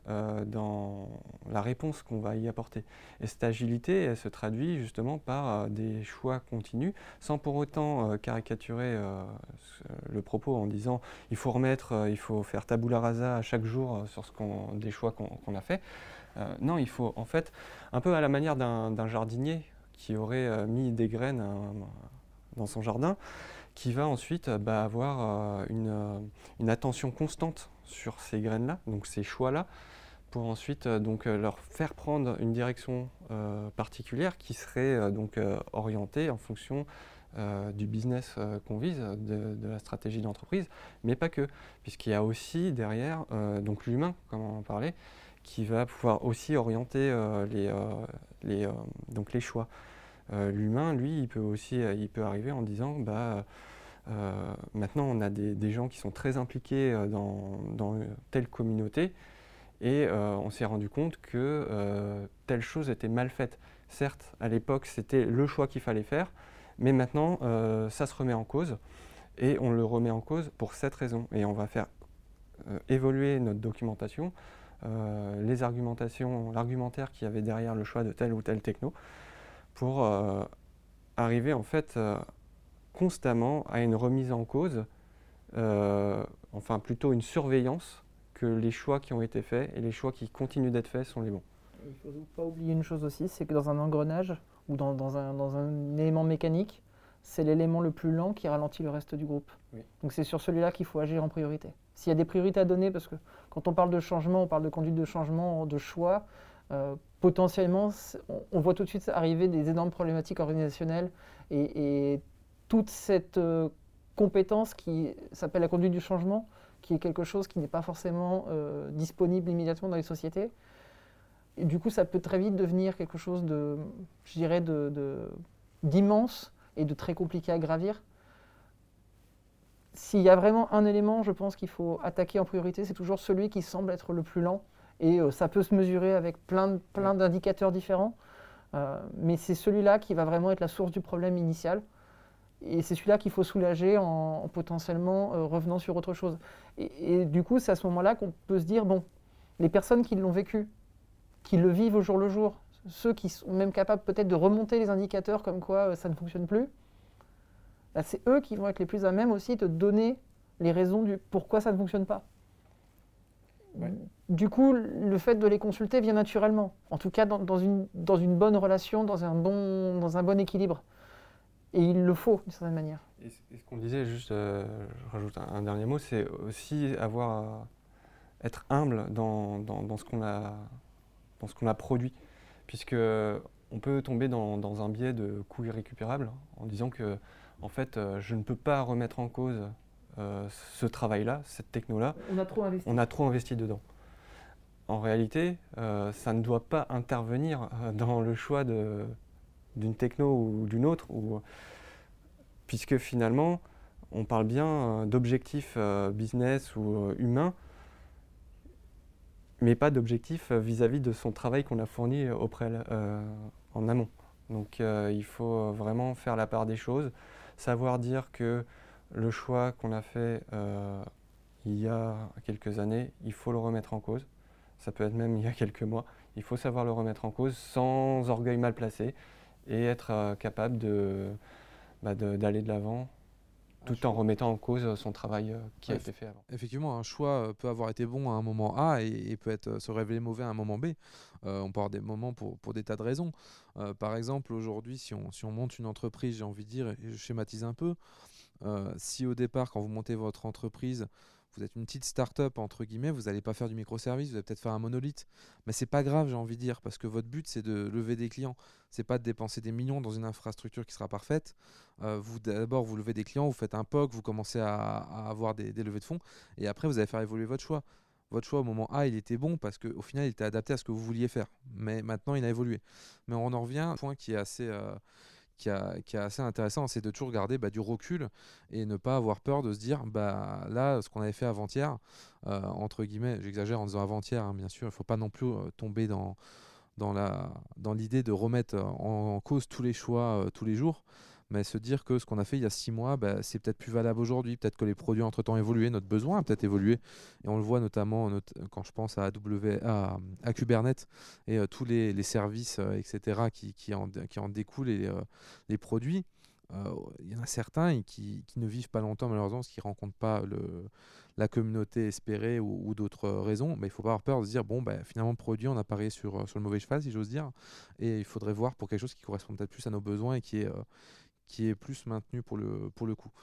Speaker 2: dans la réponse qu'on va y apporter. Et cette agilité, elle se traduit justement par des choix continus, sans pour autant caricaturer le propos en disant il faut faire tabula rasa à chaque jour sur des choix qu'on a fait. Non, il faut en fait, un peu à la manière d'un jardinier qui aurait mis des graines dans son jardin, qui va ensuite avoir une attention constante sur ces graines-là, donc ces choix-là, pour ensuite leur faire prendre une direction particulière qui serait orientée en fonction du business qu'on vise, de la stratégie d'entreprise, mais pas que, puisqu'il y a aussi derrière donc l'humain, comme on en parlait, qui va pouvoir aussi orienter les choix. L'humain, lui, il peut arriver en disant maintenant on a des gens qui sont très impliqués dans telle communauté et on s'est rendu compte que telle chose était mal faite. Certes, à l'époque, c'était le choix qu'il fallait faire, mais maintenant, ça se remet en cause et on le remet en cause pour cette raison. Et on va faire évoluer notre documentation, l'argumentaire qu'il y avait derrière le choix de telle ou telle techno pour arriver en fait constamment à une remise en cause, enfin plutôt une surveillance que les choix qui ont été faits et les choix qui continuent d'être faits sont les bons.
Speaker 3: Il ne faut pas oublier une chose aussi, c'est que dans un engrenage ou dans un élément mécanique, c'est l'élément le plus lent qui ralentit le reste du groupe.
Speaker 2: Oui.
Speaker 3: Donc c'est sur celui-là qu'il faut agir en priorité. S'il y a des priorités à donner, parce que quand on parle de changement, on parle de conduite de changement, de choix, potentiellement, on voit tout de suite arriver des énormes problématiques organisationnelles et toute cette compétence qui s'appelle la conduite du changement, qui est quelque chose qui n'est pas forcément disponible immédiatement dans les sociétés. Et du coup, ça peut très vite devenir quelque chose de, je dirais, d'immense et de très compliqué à gravir. S'il y a vraiment un élément, je pense qu'il faut attaquer en priorité, c'est toujours celui qui semble être le plus lent. Et ça peut se mesurer avec plein d'indicateurs différents. Mais c'est celui-là qui va vraiment être la source du problème initial. Et c'est celui-là qu'il faut soulager en potentiellement revenant sur autre chose. Et du coup, c'est à ce moment-là qu'on peut se dire, bon, les personnes qui l'ont vécu, qui le vivent au jour le jour, ceux qui sont même capables peut-être de remonter les indicateurs comme quoi ça ne fonctionne plus, bah, c'est eux qui vont être les plus à même aussi de donner les raisons du pourquoi ça ne fonctionne pas. Ouais. Du coup, le fait de les consulter vient naturellement, en tout cas dans une bonne relation, dans un bon équilibre. Et il le faut, d'une certaine manière.
Speaker 2: Et ce qu'on disait, juste, je rajoute un dernier mot, c'est aussi être humble dans ce qu'on a produit. Puisque on peut tomber dans un biais de coût irrécupérable en disant que en fait, je ne peux pas remettre en cause ce travail-là, cette techno-là. On a trop investi dedans. En réalité, ça ne doit pas intervenir dans le choix d'une techno ou d'une autre, puisque finalement, on parle bien d'objectifs business ou humains, mais pas d'objectifs vis-à-vis de son travail qu'on a fourni en amont. Donc il faut vraiment faire la part des choses, savoir dire que le choix qu'on a fait il y a quelques années, il faut le remettre en cause. Ça peut être même il y a quelques mois. Il faut savoir le remettre en cause sans orgueil mal placé et être capable d'aller de l'avant tout en remettant en cause son travail qui a été fait avant.
Speaker 1: Effectivement, un choix peut avoir été bon à un moment A et peut se révéler mauvais à un moment B. On peut avoir des moments pour des tas de raisons. Par exemple, aujourd'hui, si on monte une entreprise, j'ai envie de dire, et je schématise un peu, si au départ, quand vous montez votre entreprise, vous êtes une petite start-up, entre guillemets, vous n'allez pas faire du microservice, vous allez peut-être faire un monolithe. Mais c'est pas grave, j'ai envie de dire, parce que votre but, c'est de lever des clients. C'est pas de dépenser des millions dans une infrastructure qui sera parfaite. D'abord, vous levez des clients, vous faites un POC, vous commencez à avoir des levées de fonds, et après, vous allez faire évoluer votre choix. Votre choix au moment A, il était bon parce qu'au final, il était adapté à ce que vous vouliez faire. Mais maintenant, il a évolué. Mais on en revient à un point qui est assez... qui est assez intéressant, c'est de toujours garder du recul et ne pas avoir peur de se dire là, ce qu'on avait fait avant-hier, entre guillemets, j'exagère en disant avant-hier, hein, bien sûr, il ne faut pas non plus tomber dans l'idée de remettre en cause tous les choix tous les jours, mais se dire que ce qu'on a fait il y a 6 mois, bah, c'est peut-être plus valable aujourd'hui, peut-être que les produits ont entre-temps évolué, notre besoin a peut-être évolué, et on le voit notamment quand je pense à Kubernetes et tous les services, etc., qui en découlent, et les produits. Il y en a certains qui ne vivent pas longtemps malheureusement parce qu'ils ne rencontrent pas la communauté espérée ou d'autres raisons, mais il ne faut pas avoir peur de se dire bon, bah, finalement le produit on a parié sur le mauvais cheval si j'ose dire, et il faudrait voir pour quelque chose qui correspond peut-être plus à nos besoins et qui est plus maintenu pour le coup.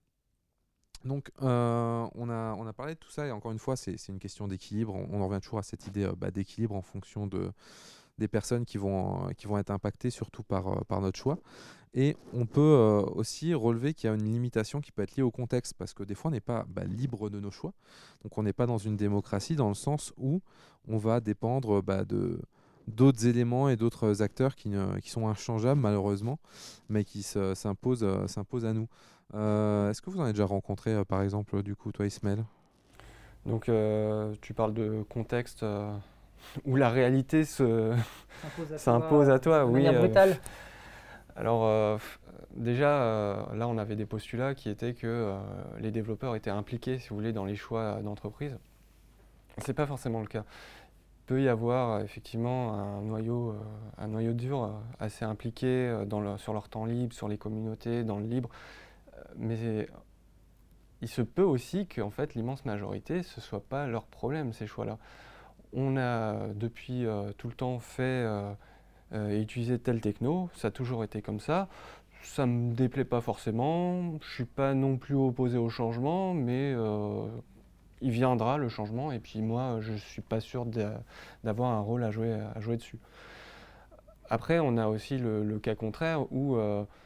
Speaker 1: Donc on a parlé de tout ça, et encore une fois c'est une question d'équilibre, on en revient toujours à cette idée d'équilibre en fonction des personnes qui vont être impactées surtout par notre choix. Et on peut aussi relever qu'il y a une limitation qui peut être liée au contexte, parce que des fois on n'est pas libre de nos choix, donc on n'est pas dans une démocratie dans le sens où on va dépendre de d'autres éléments et d'autres acteurs qui sont inchangeables malheureusement, mais qui s'imposent à nous. Est-ce que vous en avez déjà rencontré par exemple du coup toi Ismaël?
Speaker 2: Donc tu parles de contexte où la réalité s'impose à toi,
Speaker 3: de
Speaker 2: oui.
Speaker 3: manière brutale.
Speaker 2: Alors déjà, là on avait des postulats qui étaient que les développeurs étaient impliqués, si vous voulez, dans les choix d'entreprise. C'est pas forcément le cas. Il peut y avoir effectivement un noyau dur assez impliqué sur leur temps libre, sur les communautés, dans le libre, mais il se peut aussi qu'en fait l'immense majorité, ce ne soit pas leur problème ces choix-là. On a depuis tout le temps fait et utilisé telle techno, ça a toujours été comme ça. Ça me déplaît pas forcément, je suis pas non plus opposé au changement, mais il viendra le changement, et puis moi je suis pas sûr d'avoir un rôle à jouer dessus. Après on a aussi le cas contraire où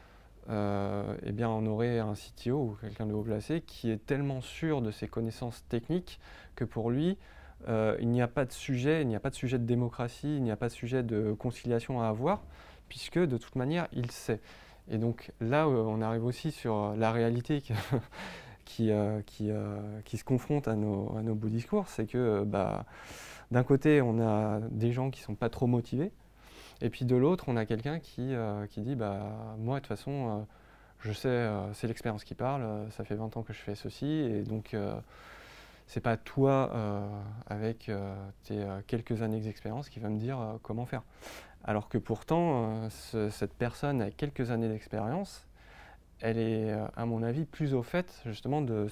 Speaker 2: eh bien, on aurait un CTO ou quelqu'un de haut placé qui est tellement sûr de ses connaissances techniques que pour lui, il n'y a pas de sujet, de démocratie, il n'y a pas de sujet de conciliation à avoir, puisque de toute manière, il sait. Et donc là, on arrive aussi sur la réalité qui se confronte à nos beaux discours, c'est que d'un côté, on a des gens qui ne sont pas trop motivés, et puis de l'autre, on a quelqu'un qui dit moi, de toute façon, je sais, c'est l'expérience qui parle, ça fait 20 ans que je fais ceci, et donc c'est pas toi, avec tes quelques années d'expérience, qui va me dire comment faire. Alors que pourtant, cette personne avec quelques années d'expérience, elle est, à mon avis, plus au fait justement de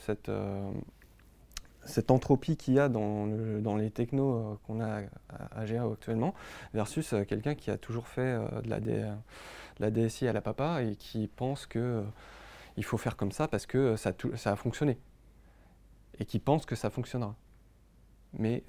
Speaker 2: cette entropie qu'il y a dans les technos qu'on a à gérer actuellement, versus quelqu'un qui a toujours fait de la DSI à la papa et qui pense qu'il faut faire comme ça parce que ça a fonctionné et qui pense que ça fonctionnera. Mais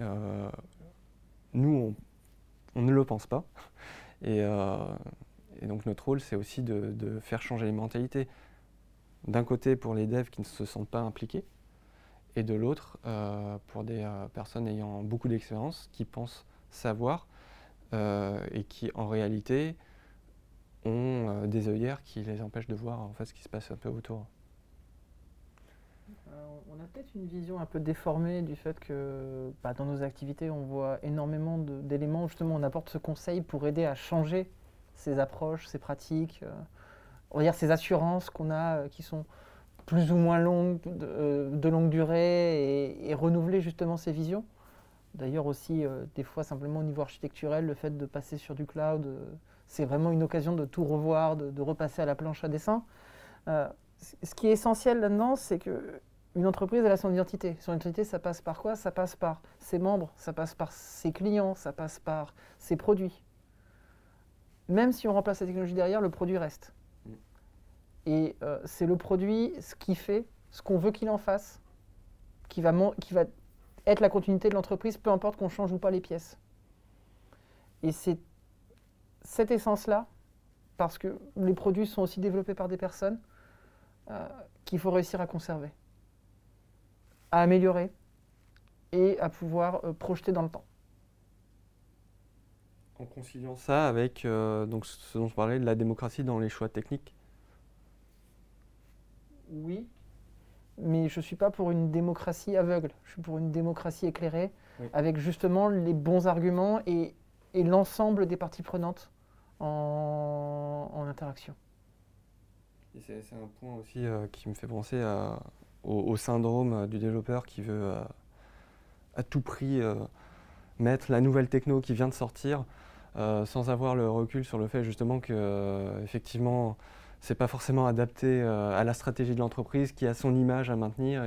Speaker 2: nous, on ne le pense pas. Et donc notre rôle, c'est aussi de faire changer les mentalités. D'un côté, pour les devs qui ne se sentent pas impliqués, et de l'autre, pour des personnes ayant beaucoup d'expérience, qui pensent savoir et qui, en réalité, ont des œillères qui les empêchent de voir en fait, ce qui se passe un peu autour.
Speaker 3: On a peut-être une vision un peu déformée du fait que dans nos activités, on voit énormément d'éléments. Justement, on apporte ce conseil pour aider à changer ces approches, ces pratiques, on va dire ces assurances qu'on a qui sont plus ou moins longues, de longue durée, et renouveler justement ces visions. D'ailleurs aussi, des fois simplement au niveau architecturel, le fait de passer sur du cloud, c'est vraiment une occasion de tout revoir, de repasser à la planche à dessin. Ce qui est essentiel là-dedans, c'est qu'une entreprise, elle a son identité. Son identité, ça passe par quoi? Ça passe par ses membres, ça passe par ses clients, ça passe par ses produits. Même si on remplace la technologie derrière, le produit reste. Et c'est le produit, ce qui fait, ce qu'on veut qu'il en fasse, qui va être la continuité de l'entreprise, peu importe qu'on change ou pas les pièces. Et c'est cette essence-là, parce que les produits sont aussi développés par des personnes, qu'il faut réussir à conserver, à améliorer et à pouvoir projeter dans le temps.
Speaker 2: En conciliant ça avec donc ce dont je parlais, de la démocratie dans les choix techniques.
Speaker 3: Oui, mais je ne suis pas pour une démocratie aveugle, je suis pour une démocratie éclairée, oui, avec justement les bons arguments et l'ensemble des parties prenantes en interaction.
Speaker 2: Et c'est un point aussi qui me fait penser au syndrome du développeur qui veut à tout prix mettre la nouvelle techno qui vient de sortir sans avoir le recul sur le fait justement que effectivement c'est pas forcément adapté à la stratégie de l'entreprise, qui a son image à maintenir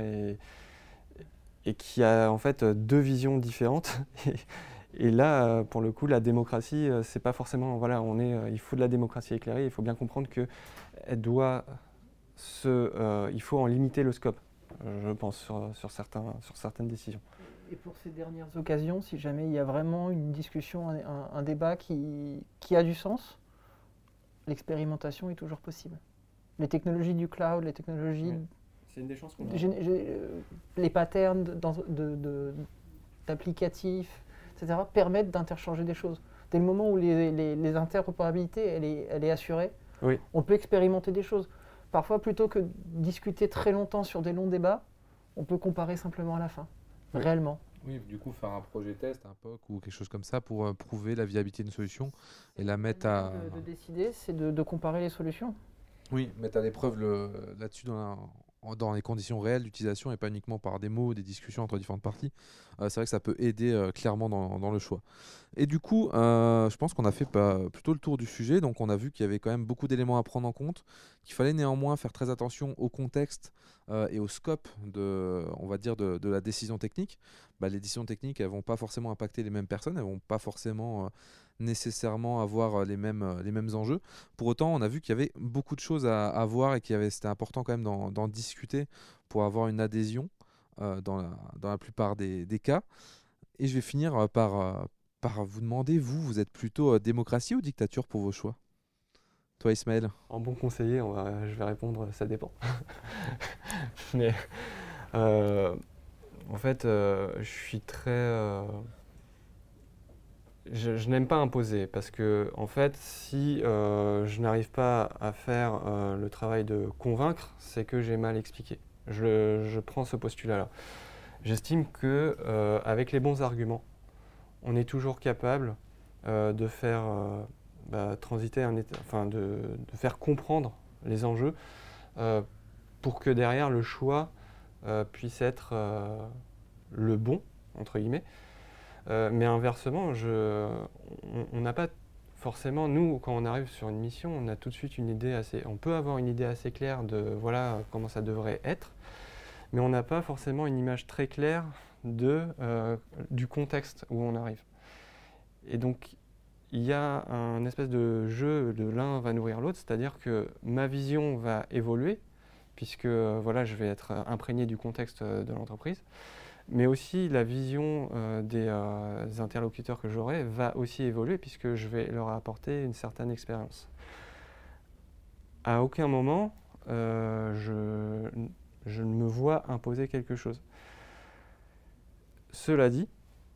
Speaker 2: et qui a en fait deux visions différentes. Et là, pour le coup, la démocratie, c'est pas forcément, voilà, il faut de la démocratie éclairée. Il faut bien comprendre que elle doit il faut en limiter le scope, je pense, sur certaines décisions.
Speaker 3: Et pour ces dernières occasions, si jamais il y a vraiment une discussion, un débat qui a du sens, l'expérimentation est toujours possible. Les technologies du cloud, les technologies,
Speaker 2: Oui. C'est une des chances qu'on a.
Speaker 3: les patterns d'applicatifs, etc., permettent d'interchanger des choses. Dès le moment où les interopérabilités, elle est assurée,
Speaker 2: Oui.
Speaker 3: on peut expérimenter des choses. Parfois, plutôt que de discuter très longtemps sur des longs débats, on peut comparer simplement à la fin, réellement.
Speaker 1: Oui, du coup, faire un projet test, un POC ou quelque chose comme ça pour prouver la viabilité d'une solution et la mettre à...
Speaker 3: De décider, c'est de comparer les solutions.
Speaker 1: Oui, mettre à l'épreuve là-dessus dans les conditions réelles d'utilisation et pas uniquement par des mots, des discussions entre différentes parties. C'est vrai que ça peut aider clairement dans le choix. Et du coup, je pense qu'on a fait plutôt le tour du sujet. Donc on a vu qu'il y avait quand même beaucoup d'éléments à prendre en compte, qu'il fallait néanmoins faire très attention au contexte et au scope on va dire, de la décision technique. Les décisions techniques, elles vont pas forcément impacter les mêmes personnes, elles vont pas forcément nécessairement avoir les mêmes enjeux. Pour autant, on a vu qu'il y avait beaucoup de choses à voir et c'était important quand même d'en discuter pour avoir une adhésion dans la plupart des cas. Et je vais finir par vous demander, vous êtes plutôt démocratie ou dictature pour vos choix? Toi, Ismaël?
Speaker 2: En bon conseiller, je vais répondre, ça dépend. Mais en fait, je suis très... je n'aime pas imposer parce que, en fait, si je n'arrive pas à faire le travail de convaincre, c'est que j'ai mal expliqué. Je prends ce postulat-là. J'estime que avec les bons arguments, on est toujours capable de faire transiter de faire comprendre les enjeux pour que derrière le choix puisse être le bon, entre guillemets. Mais inversement, on n'a pas forcément, nous, quand on arrive sur une mission, on a tout de suite on peut avoir une idée assez claire de voilà comment ça devrait être, mais on n'a pas forcément une image très claire du contexte où on arrive. Et donc, il y a un espèce de jeu de l'un va nourrir l'autre, c'est-à-dire que ma vision va évoluer, puisque voilà, je vais être imprégné du contexte de l'entreprise, mais aussi la vision des interlocuteurs que j'aurai va aussi évoluer, puisque je vais leur apporter une certaine expérience. À aucun moment, je ne me vois imposer quelque chose. Cela dit,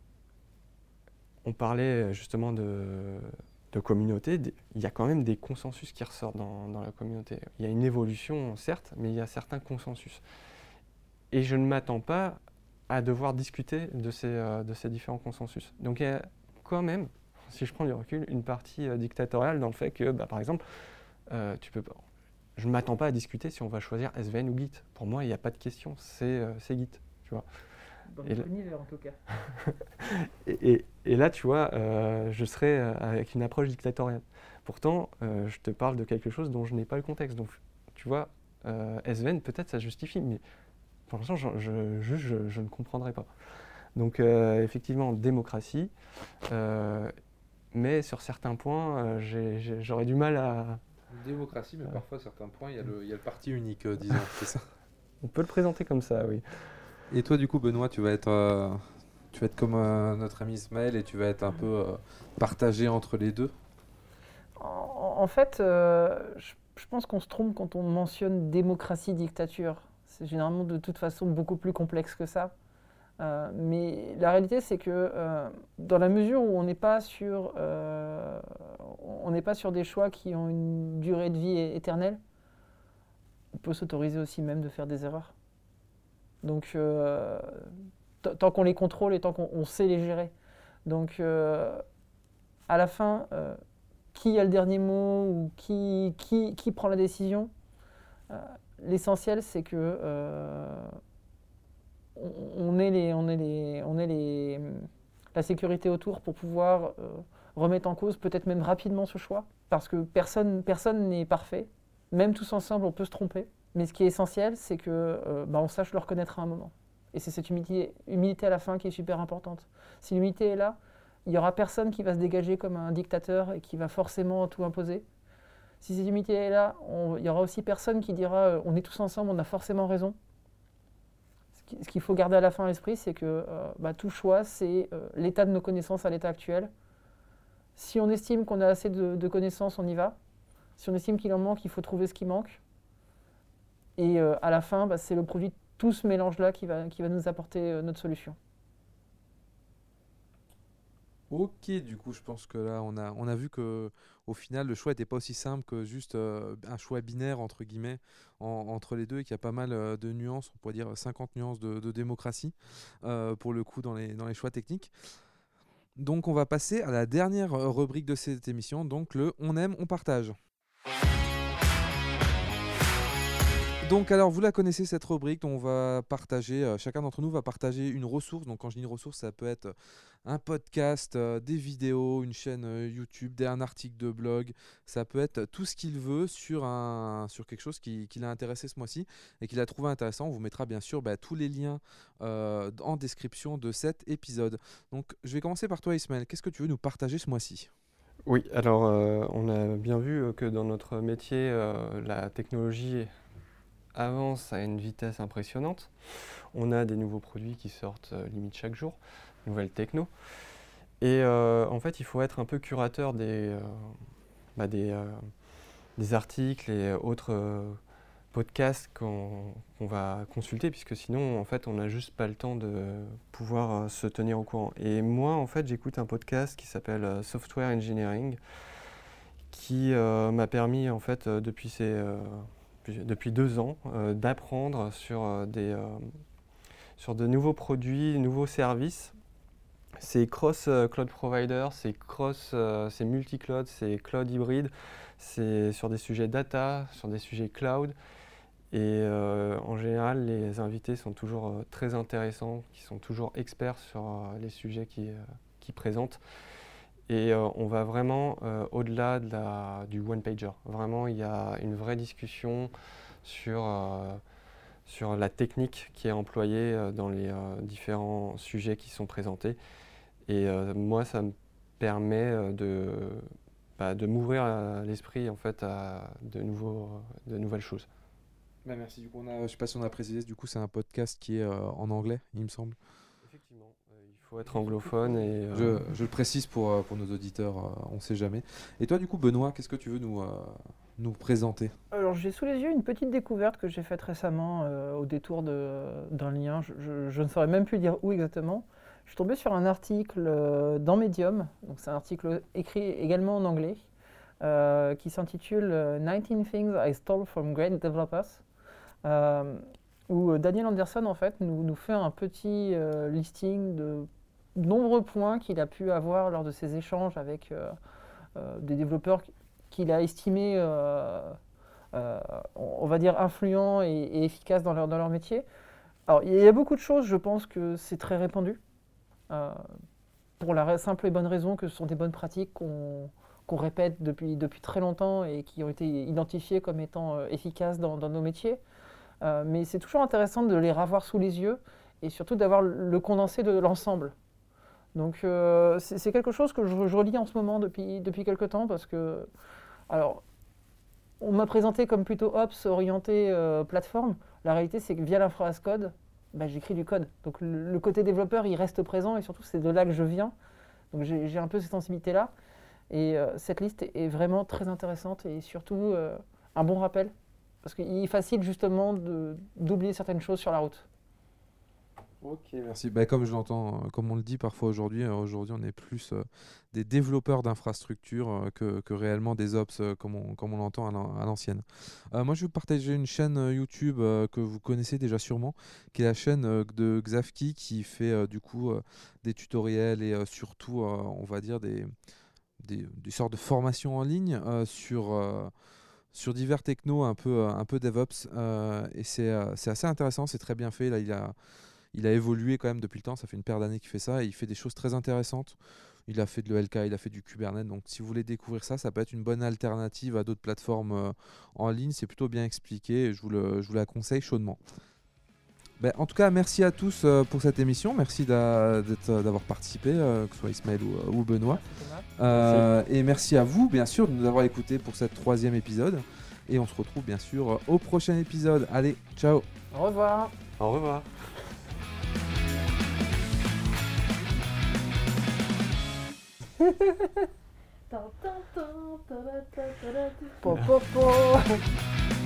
Speaker 2: on parlait justement de communauté, il y a quand même des consensus qui ressortent dans la communauté. Il y a une évolution, certes, mais il y a certains consensus. Et je ne m'attends pas à devoir discuter de ces différents consensus. Donc il y a quand même, si je prends du recul, une partie dictatoriale dans le fait que, par exemple, je ne m'attends pas à discuter si on va choisir SVN ou Git. Pour moi, il n'y a pas de question, c'est Git, tu vois.
Speaker 3: Dans notre univers, en tout cas.
Speaker 2: et là, tu vois, je serais avec une approche dictatoriale. Pourtant, je te parle de quelque chose dont je n'ai pas le contexte. Donc, tu vois, SVN, peut-être ça justifie, mais pour l'instant, je ne comprendrai pas. Donc, effectivement, démocratie, mais sur certains points, j'aurais du mal à...
Speaker 1: Démocratie, mais parfois, à certains points, il y a le parti unique, disons, c'est ça.
Speaker 2: On peut le présenter comme ça, oui.
Speaker 1: Et toi, du coup, Benoît, tu vas être comme notre ami Ismaël et tu vas être un peu partagé entre les deux?
Speaker 3: En fait, je pense qu'on se trompe quand on mentionne démocratie, dictature. C'est généralement de toute façon beaucoup plus complexe que ça. Mais la réalité, c'est que dans la mesure où on n'est pas sur des choix qui ont une durée de vie éternelle, on peut s'autoriser aussi même de faire des erreurs. Donc, tant qu'on les contrôle et tant qu'on sait les gérer. Donc, à la fin, qui a le dernier mot ou qui prend la décision, L'essentiel, c'est que la sécurité autour pour pouvoir remettre en cause peut-être même rapidement ce choix, parce que personne n'est parfait. Même tous ensemble, on peut se tromper. Mais ce qui est essentiel, c'est que on sache le reconnaître à un moment. Et c'est cette humilité à la fin qui est super importante. Si l'humilité est là, il n'y aura personne qui va se dégager comme un dictateur et qui va forcément tout imposer. Si cette humilité est là, il n'y aura aussi personne qui dira on est tous ensemble, on a forcément raison. Ce qu'il faut garder à la fin à l'esprit, c'est que tout choix, c'est l'état de nos connaissances à l'état actuel. Si on estime qu'on a assez de connaissances, on y va. Si on estime qu'il en manque, il faut trouver ce qui manque. Et à la fin, c'est le produit de tout ce mélange-là qui va nous apporter notre solution.
Speaker 1: Ok, du coup, je pense que là, on a vu que au final, le choix n'était pas aussi simple que juste un choix binaire, entre guillemets, entre les deux, et qu'il y a pas mal de nuances, on pourrait dire 50 nuances de démocratie, pour le coup, dans les choix techniques. Donc, on va passer à la dernière rubrique de cette émission, donc le « On aime, on partage ». Donc alors vous la connaissez cette rubrique, on va partager, chacun d'entre nous va partager une ressource. Donc quand je dis une ressource, ça peut être un podcast, des vidéos, une chaîne YouTube, un article de blog, ça peut être tout ce qu'il veut sur quelque chose qui l'a intéressé ce mois-ci et qu'il a trouvé intéressant. On vous mettra bien sûr tous les liens en description de cet épisode. Donc je vais commencer par toi Ismaël, qu'est-ce que tu veux nous partager ce mois-ci ?
Speaker 2: Oui, alors on a bien vu que dans notre métier, la technologie avance à une vitesse impressionnante. On a des nouveaux produits qui sortent limite chaque jour, nouvelles techno. Et en fait, il faut être un peu curateur des articles et autres podcasts qu'on va consulter, puisque sinon, en fait, on n'a juste pas le temps de pouvoir se tenir au courant. Et moi, en fait, j'écoute un podcast qui s'appelle Software Engineering, qui m'a permis, en fait, depuis 2 ans, d'apprendre sur de nouveaux produits, nouveaux services. C'est cross cloud provider, c'est multi-cloud, c'est cloud hybride, c'est sur des sujets data, sur des sujets cloud. Et en général, les invités sont toujours très intéressants, qui sont toujours experts sur les sujets qu'ils présentent. Et on va vraiment au-delà du one-pager. Vraiment, il y a une vraie discussion sur la technique qui est employée dans les différents sujets qui sont présentés. Et moi, ça me permet de m'ouvrir l'esprit en fait, à de nouvelles choses.
Speaker 1: Merci. Du coup, je ne sais pas si on a précisé, du coup, c'est un podcast qui est en anglais, il me semble.
Speaker 2: Effectivement, il faut être anglophone. Et,
Speaker 1: je le précise pour nos auditeurs, on ne sait jamais. Et toi, du coup, Benoît, qu'est-ce que tu veux nous présenter ?
Speaker 3: Alors, j'ai sous les yeux une petite découverte que j'ai faite récemment au détour d'un lien. Je ne saurais même plus dire où exactement. Je suis tombé sur un article dans Medium, donc c'est un article écrit également en anglais, qui s'intitule 19 Things I Stole from Great Developers, où Daniel Anderson en fait nous fait un petit listing de nombreux points qu'il a pu avoir lors de ses échanges avec des développeurs qu'il a estimés, on va dire, influents et efficaces dans leur métier. Alors il y a beaucoup de choses, je pense que c'est très répandu. Pour la simple et bonne raison que ce sont des bonnes pratiques qu'on répète depuis très longtemps et qui ont été identifiées comme étant efficaces dans nos métiers. Mais c'est toujours intéressant de les revoir sous les yeux et surtout d'avoir le condensé de l'ensemble. Donc c'est quelque chose que je relis en ce moment depuis quelques temps parce que, alors, on m'a présenté comme plutôt Ops orienté plateforme. La réalité, c'est que via l'infra as code, j'écris du code. Donc le côté développeur, il reste présent et surtout, c'est de là que je viens. Donc j'ai un peu cette sensibilité-là. Et cette liste est vraiment très intéressante et surtout un bon rappel. Parce qu'il est facile justement d'oublier certaines choses sur la route.
Speaker 1: Ok, merci. Comme je l'entends, comme on le dit parfois aujourd'hui, on est plus des développeurs d'infrastructures que réellement des ops comme on l'entend à l'ancienne. Moi, je vais vous partager une chaîne YouTube que vous connaissez déjà sûrement, qui est la chaîne de Xavki qui fait du coup des tutoriels et surtout, on va dire, des sortes de formations en ligne sur sur divers technos un peu DevOps. Et c'est assez intéressant, c'est très bien fait. Là, il a évolué quand même depuis le temps, ça fait une paire d'années qu'il fait ça, et il fait des choses très intéressantes. Il a fait de l'ELK, il a fait du Kubernetes, donc si vous voulez découvrir ça, ça peut être une bonne alternative à d'autres plateformes en ligne, c'est plutôt bien expliqué, et je vous la conseille chaudement. Ben, en tout cas, merci à tous pour cette émission, merci d'avoir participé, que ce soit Ismaël ou Benoît. Et merci à vous, bien sûr, de nous avoir écoutés pour cette 3e épisode, et on se retrouve bien sûr au prochain épisode. Allez, ciao.
Speaker 3: Au revoir.
Speaker 2: Au revoir.
Speaker 3: Po, po, po.